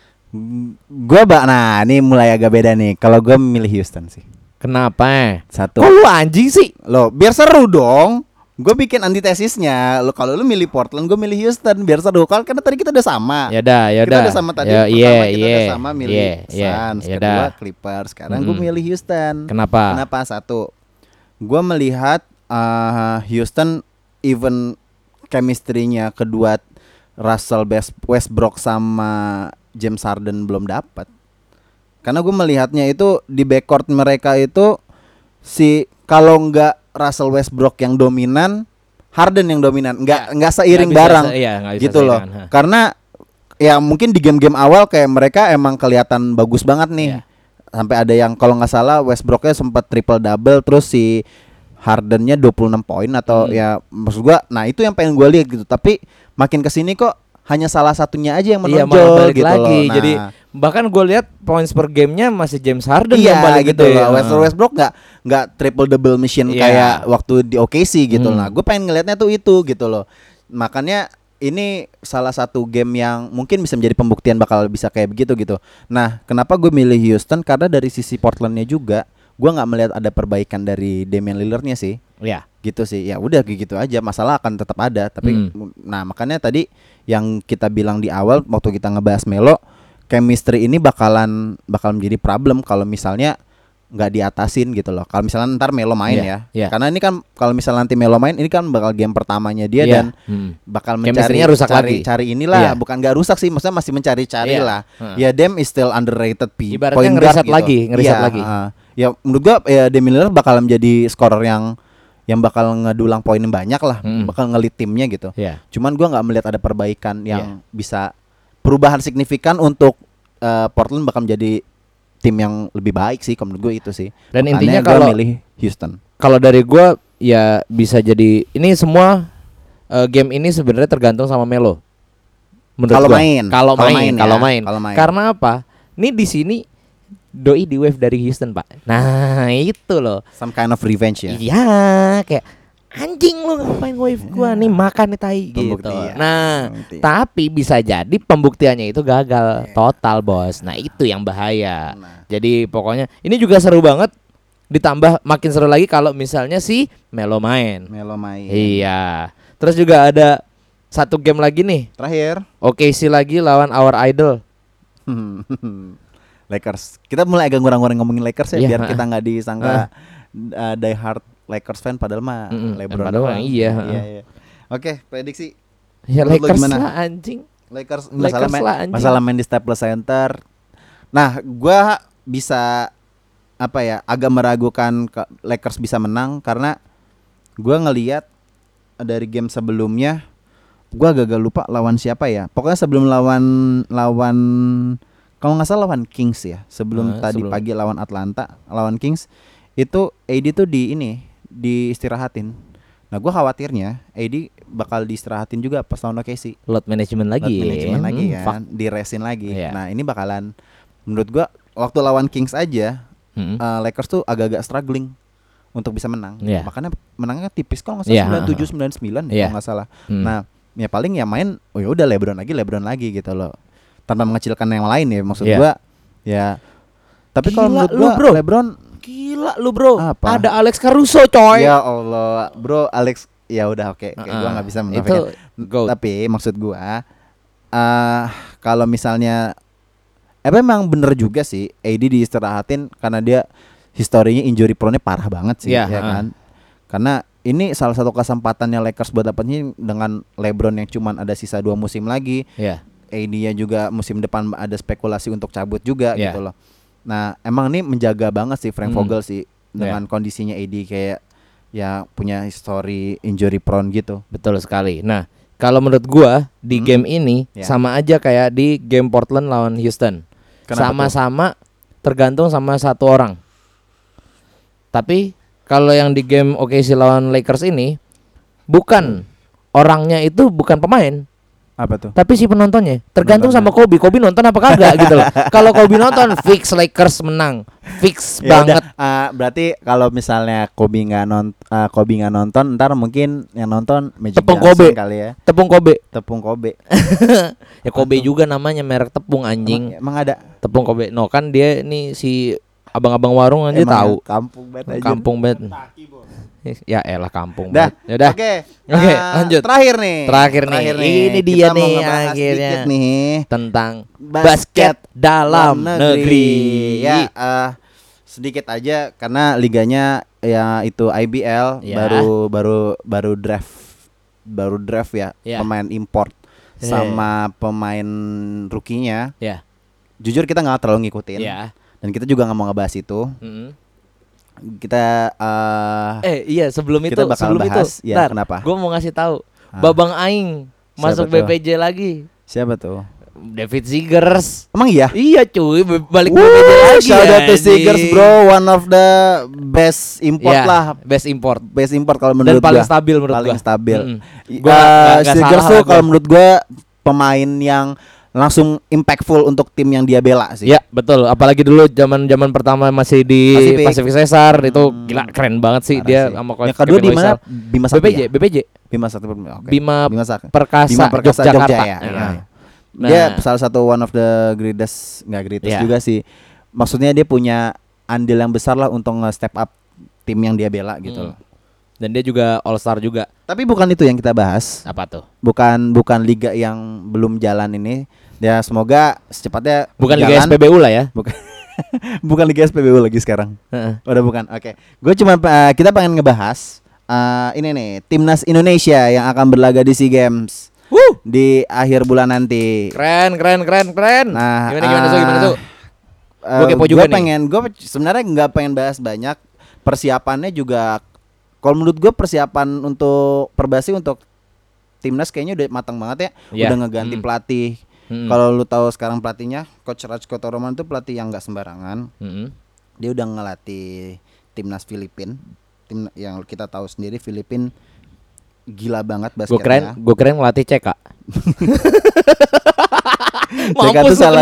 Nah ini mulai agak beda nih. Kalau gue memilih Houston sih. Kenapa? Satu. Kok lu anjing sih? Lo biar seru dong. Gue bikin antitesisnya. Lo kalau lu milih Portland, gue milih Houston biar seru. Karena tadi kita udah sama. Yaudah. Kita udah sama tadi. Pertama kita udah sama milih Suns, kedua Clippers. Sekarang gue milih Houston. Kenapa? Satu. Gue melihat Houston even chemistry-nya kedua Russell Westbrook sama James Harden belum dapat. Karena gue melihatnya itu di backcourt mereka itu kalau nggak Russell Westbrook yang dominan, Harden yang dominan, nggak seiring bareng gitu loh. Karena ya mungkin di game-game awal kayak mereka emang kelihatan bagus banget nih. Sampai ada yang kalau nggak salah Westbrooknya sempat triple double, terus si Hardennya 26 poin atau ya maksud gue. Nah itu yang pengen gue lihat gitu. Tapi makin kesini kok hanya salah satunya aja yang menonjol gitu lagi. loh. Nah, jadi bahkan gue lihat points per gamenya masih James Harden yang paling gitu loh. Westbrook nggak triple double machine kayak waktu di OKC gitu. Nah gue pengen ngelihatnya tuh itu gitu loh. Makanya ini salah satu game yang mungkin bisa menjadi pembuktian bakal bisa kayak begitu gitu. Nah kenapa gue milih Houston? Karena dari sisi Portlandnya juga gue nggak melihat ada perbaikan dari Damian Lillardnya sih. Gitu sih. Ya udah gitu aja. Masalah akan tetap ada. Tapi nah makanya tadi yang kita bilang di awal waktu kita ngebahas Melo, chemistry ini bakal menjadi problem kalau misalnya nggak diatasin gitu loh. Kalau misalnya ntar Melo main karena ini kan kalau misalnya nanti Melo main ini kan bakal game pertamanya dia dan bakal mencari bukan nggak rusak sih, maksudnya masih mencari-cari lah. Ya Dem is still underrated point guard gitu. Ngeriset lagi. Ya menurut gua ya Damian Lillard bakal menjadi scorer yang yang bakal ngedulang poin banyak lah, bakal ngelit timnya gitu. Cuman gue nggak melihat ada perbaikan yang bisa perubahan signifikan untuk Portland bakal menjadi tim yang lebih baik sih, menurut gue itu sih. Dan makanya intinya kalau milih Houston. Kalau dari gue ya bisa jadi ini semua game ini sebenarnya tergantung sama Melo. Kalau main. Karena apa? Ini di sini doi di wave dari Houston, Pak. Nah, itu loh. Some kind of revenge ya. Iya, kayak anjing lu ngapain wave gua nih, makan nih tai gitu. Nah, tapi bisa jadi pembuktiannya itu gagal total, Bos. Nah, itu yang bahaya. Jadi pokoknya ini juga seru banget. Ditambah makin seru lagi kalau misalnya si Melo main. Iya. Terus juga ada satu game lagi nih. Terakhir. OKC lagi lawan Our Idol. Lakers. Kita mulai agak ngurang-ngurang ngomongin Lakers ya, biar kita nggak disangka die hard Lakers fan padahal mah LeBron doang. Iya. Oke, prediksi. Ya Lakers lah anjing. Lakers masalah main di Staples Center. Nah, gua bisa agak meragukan Lakers bisa menang karena gua ngelihat dari game sebelumnya, gua agak lupa lawan siapa ya. Pokoknya sebelum lawan kalau nggak salah lawan Kings ya, sebelum pagi lawan Atlanta, lawan Kings itu AD tuh diistirahatin. Nah, gue khawatirnya AD bakal diistirahatin juga pas lawan OKC. Load management lagi kan, diresin lagi. Nah, ini bakalan menurut gue waktu lawan Kings aja, Lakers tuh agak-agak struggling untuk bisa menang. Makanya menangnya tipis kalau nggak salah 97-99 kalau nggak salah. Nah, ya paling ya main, ya udah LeBron lagi gitu loh. Tanpa mengecilkan yang lain ya, maksud gua ya. Tapi kalau menurut gua bro, LeBron gila lu bro. Apa? Ada Alex Caruso coy. Ya Allah, bro, Alex ya udah oke. Gua nggak bisa menafikan. Tapi maksud gua kalau misalnya memang bener juga sih AD diistirahatin karena dia historinya injury prone-nya parah banget sih, ya kan? Karena ini salah satu kesempatannya Lakers buat dapatnya dengan LeBron yang cuman ada sisa 2 musim lagi. AD-nya juga musim depan ada spekulasi untuk cabut juga gitu loh. Nah, emang ini menjaga banget sih Frank Vogel sih dengan kondisinya AD kayak ya punya history injury prone gitu. Betul sekali. Nah, kalau menurut gua di game ini sama aja kayak di game Portland lawan Houston. Sama-sama tergantung sama satu orang. Tapi kalau yang di game OKC lawan Lakers ini bukan orangnya itu bukan pemain. Apa tuh? Tapi si penontonnya tergantung sama Kobe nonton apa kagak gitu loh. Kalau Kobe nonton fix Lakers menang, fix banget. Berarti kalau misalnya Kobe nggak nonton, ntar mungkin yang nonton Magic tepung Kobe kali ya. Tepung Kobe. Ya Kobe juga namanya merek tepung anjing. Emang ada tepung Kobe. No kan dia nih si abang-abang warung aja tahu. Kampung bet. Ya elah kampung. Dah. Yaudah. Oke, lanjut. Terakhir nih. Ini dia nih akhirnya nih tentang basket dalam negeri. Ya, sedikit aja karena liganya ya itu IBL baru draft ya, pemain import sama pemain rookie-nya. Jujur kita nggak terlalu ngikutin. Dan kita juga nggak mau ngebahas itu. Kita iya sebelum itu bahas, ya, kenapa? Gue mau ngasih tahu Babang Aing masuk BPJ lagi. Siapa tuh? David Seegers. Emang iya? Iya cuy, balik BPJ lagi. Shout out to Seegers bro, one of the best import lah. Best import kalau menurut gue. Dan paling stabil menurut gue. Paling stabil. Seegers tuh kalau menurut gue pemain yang langsung impactful untuk tim yang dia bela sih. Ya betul, apalagi dulu zaman pertama masih di Pacific Cesar itu gila keren banget sih. Parah dia sama coach. Yang kedua di mana? Bima Sakti. BPJ. Bima Sakti. Bima Perkasa Yogyakarta. Nah, dia salah satu one of the greatest juga sih. Maksudnya dia punya andil yang besar lah untuk nge-step up tim yang dia bela gitu loh. Dan dia juga All Star juga. Tapi bukan itu yang kita bahas. Apa tuh? Bukan liga yang belum jalan ini. Ya semoga secepatnya bukan jalan. Liga SPBU lah ya. Bukan Liga SPBU lagi sekarang. Udah bukan. Oke. Gue cuma kita pengen ngebahas ini nih timnas Indonesia yang akan berlaga di SEA Games di akhir bulan nanti. Keren. Nah, gimana tuh? Gue kepo juga nih. Gue sebenarnya nggak pengen bahas banyak. Persiapannya juga Kalau menurut gue persiapan untuk Perbasi untuk timnas kayaknya udah matang banget ya. Udah ngeganti pelatih. Kalau lu tahu sekarang pelatihnya Coach Ratko Toroman tuh pelatih yang nggak sembarangan. Dia udah ngelatih timnas Filipina. Tim yang kita tahu sendiri Filipina gila banget basketnya. Gue keren ngelatih CK. CK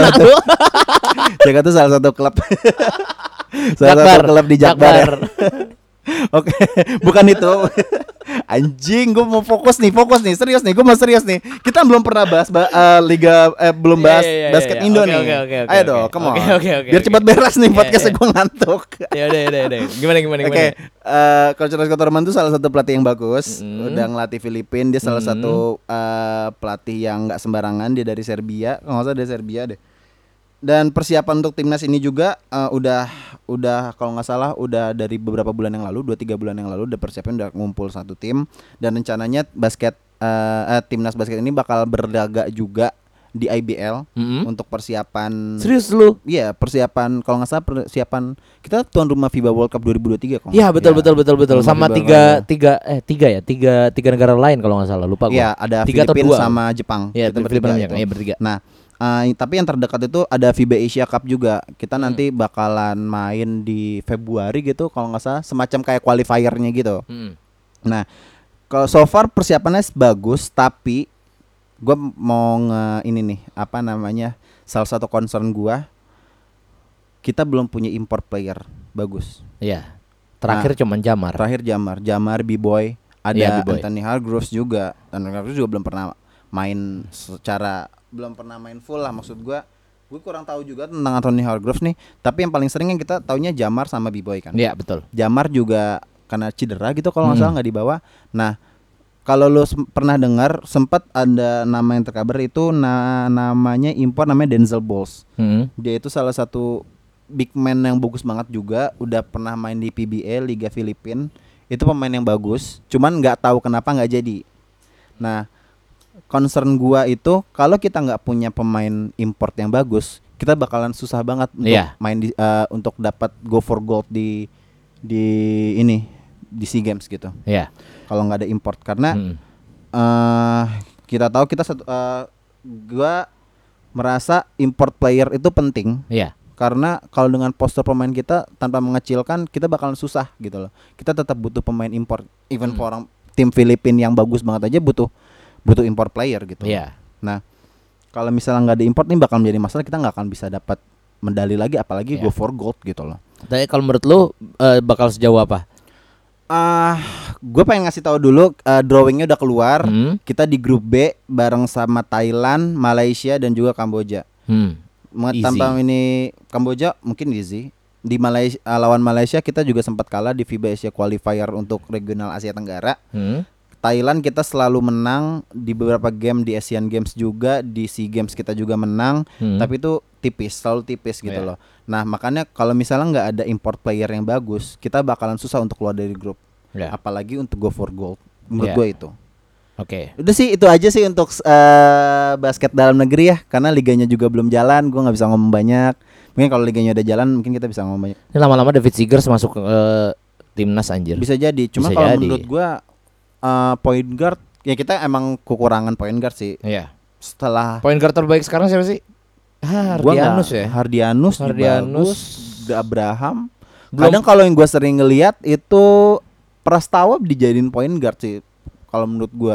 tuh salah satu klub. Satu klub di Jakbar. Oke, bukan itu. Anjing, gue mau fokus nih, serius nih, gue mau serius nih. Kita belum pernah bahas liga, belum bahas basket Indo nih. Ayo dong, come on. Biar cepat beres nih podcastnya, gue ngantuk. Ya udah. Gimana? Oke, Coach Ratko Toroman tuh salah satu pelatih yang bagus. Udah ngelatih Filipina, dia salah satu pelatih yang nggak sembarangan. Dia dari Serbia, kalau nggak salah dari Serbia deh. Dan persiapan untuk timnas ini juga udah kalau nggak salah udah dari beberapa bulan yang lalu, 2-3 bulan yang lalu udah persiapan, udah ngumpul satu tim. Dan rencananya timnas basket ini bakal berlaga juga di IBL untuk persiapan. Serius lu? Iya, persiapan kalau nggak salah persiapan kita tuan rumah FIBA World Cup 2023 kok. Iya, betul. Sama tiga negara lain kalau nggak salah, lupa gua. Iya, ada Filipina sama Jepang. Iya, Filipina bertiga. Nah, tapi yang terdekat itu ada FIBA Asia Cup juga. Kita nanti bakalan main di Februari gitu kalau nggak salah, semacam kayak qualifiernya gitu. Nah, kalau so far persiapannya bagus, tapi gue mau ini nih, salah satu concern gue, kita belum punya import player bagus. Iya. Terakhir cuman Jamar, B-Boy, ada Anthony Hargroves juga. Anthony Hargroves juga belum pernah main full lah, maksud gue kurang tahu juga tentang Anthony Hargroves nih. Tapi yang paling sering yang kita taunya Jamar sama B-Boy kan. Iya, betul. Jamar juga karena cedera gitu kalau nggak salah nggak dibawa. Nah, kalau lu pernah dengar sempat ada nama yang terkabar itu namanya impor, namanya Denzel Balls. Dia itu salah satu big man yang bagus banget juga, udah pernah main di PBA Liga Filipina. Itu pemain yang bagus, cuman nggak tahu kenapa nggak jadi. Nah, concern gua itu kalau kita nggak punya pemain import yang bagus, kita bakalan susah banget untuk main untuk dapat go for gold di SEA Games gitu. Iya. Kalau nggak ada import, karena kita tahu gua merasa import player itu penting. Iya. Karena kalau dengan postur pemain kita tanpa mengecilkan, kita bakalan susah gitu loh. Kita tetap butuh pemain import. Even for orang tim Filipina yang bagus banget aja butuh import player gitu. Iya. Nah, kalau misalnya nggak ada import nih bakal menjadi masalah, kita nggak akan bisa dapat medali lagi, apalagi go for gold gitu loh. Tapi kalau menurut lu bakal sejauh apa? Gue pengen ngasih tahu dulu, drawingnya udah keluar. Kita di grup B bareng sama Thailand, Malaysia dan juga Kamboja. Tanpa ini Kamboja mungkin easy. Di Malaysia, lawan Malaysia kita juga sempat kalah di FIBA Asia Qualifier untuk regional Asia Tenggara. Thailand kita selalu menang di beberapa game di Asian Games juga, di SEA Games kita juga menang, tapi itu selalu tipis gitu loh. Nah, makanya kalau misalnya nggak ada import player yang bagus, kita bakalan susah untuk keluar dari grup. Apalagi untuk go for gold. Menurut gue itu. Oke. Udah sih, itu aja sih untuk basket dalam negeri ya, karena liganya juga belum jalan, gue nggak bisa ngomong banyak. Mungkin kalau liganya udah jalan, mungkin kita bisa ngomong banyak. Ini lama-lama David Seegers masuk ke timnas anjir. Bisa jadi. Cuma kalau menurut gue point guard ya, kita emang kekurangan point guard sih. Iya. Setelah point guard terbaik sekarang siapa sih? Hardianus, Abraham. Kadang kalau yang gue sering ngelihat itu Prastawa dijadiin point guard sih. Kalau menurut gue.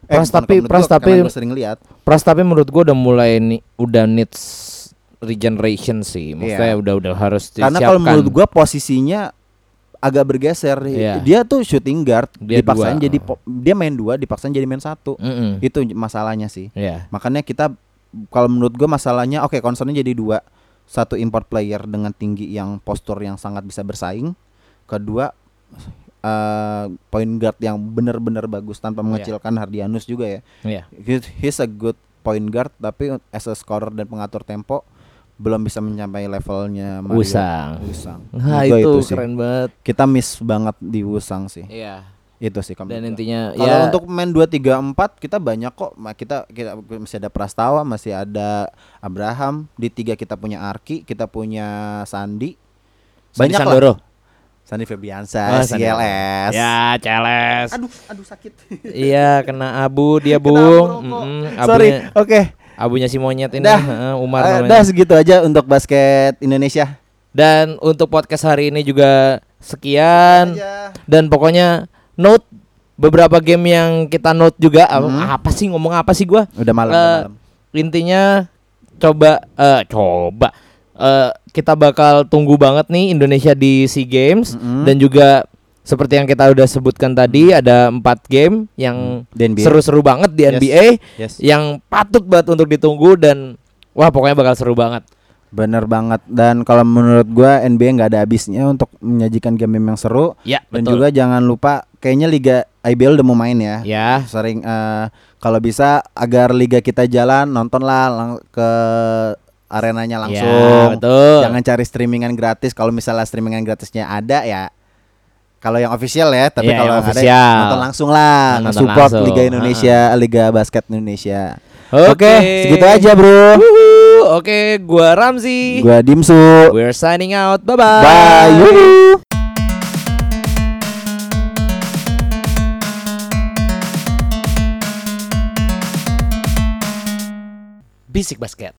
Prastawa menurut gue udah mulai udah needs regeneration sih. Maksudnya udah harus disiapkan. Karena kalau menurut gue posisinya agak bergeser. Dia tuh shooting guard, dipaksain jadi dia main 2, dipaksain jadi main 1. Itu masalahnya sih. Makanya kita, kalau menurut gue masalahnya, concernnya jadi 2. 1 import player dengan tinggi yang postur yang sangat bisa bersaing. Kedua, point guard yang benar-benar bagus tanpa mengecilkan Hardianus juga ya. He's a good point guard, tapi as a scorer dan pengatur tempo belum bisa mencapai levelnya Mario Wusang. Nah, itu keren banget. Kita miss banget di Wusang sih. Iya. Itu sih. Dan intinya kalau untuk main 2, 3, 4 kita banyak kok. Kita masih ada Prastawa, masih ada Abraham. Di 3 kita punya Arki, kita punya Sandi. Banyak Sandoro. Sandi Febriansyah, CLS. Ya, CLS. Aduh sakit. Iya, kena abu dia, Bung. Sorry. Oke. Abunya si monyet ini, Umar namanya. Dah segitu aja untuk basket Indonesia. Dan untuk podcast hari ini juga sekian. Dan pokoknya note beberapa game yang kita note juga. Apa sih gua? Udah malam. Intinya coba kita bakal tunggu banget nih Indonesia di SEA Games dan juga seperti yang kita udah sebutkan tadi ada 4 game yang seru-seru banget di NBA yang patut banget untuk ditunggu dan wah pokoknya bakal seru banget. Bener banget. Dan kalau menurut gua NBA nggak ada habisnya untuk menyajikan game yang seru. Ya, dan betul. juga jangan lupa kayaknya Liga IBL udah mau main ya. Ya. Sering kalau bisa agar liga kita jalan nontonlah ke arenanya langsung. Ya, betul. Jangan cari streamingan gratis. Kalau misalnya streamingan gratisnya ada ya. Kalau yang official ya, tapi kalau ada nonton langsung lah, support Liga Indonesia, Liga Basket Indonesia. Oke, segitu aja, Bro. Oke, gua Ramzi. Gua Dimsu. We're signing out. Bye-bye. Bye. Bisik Basket.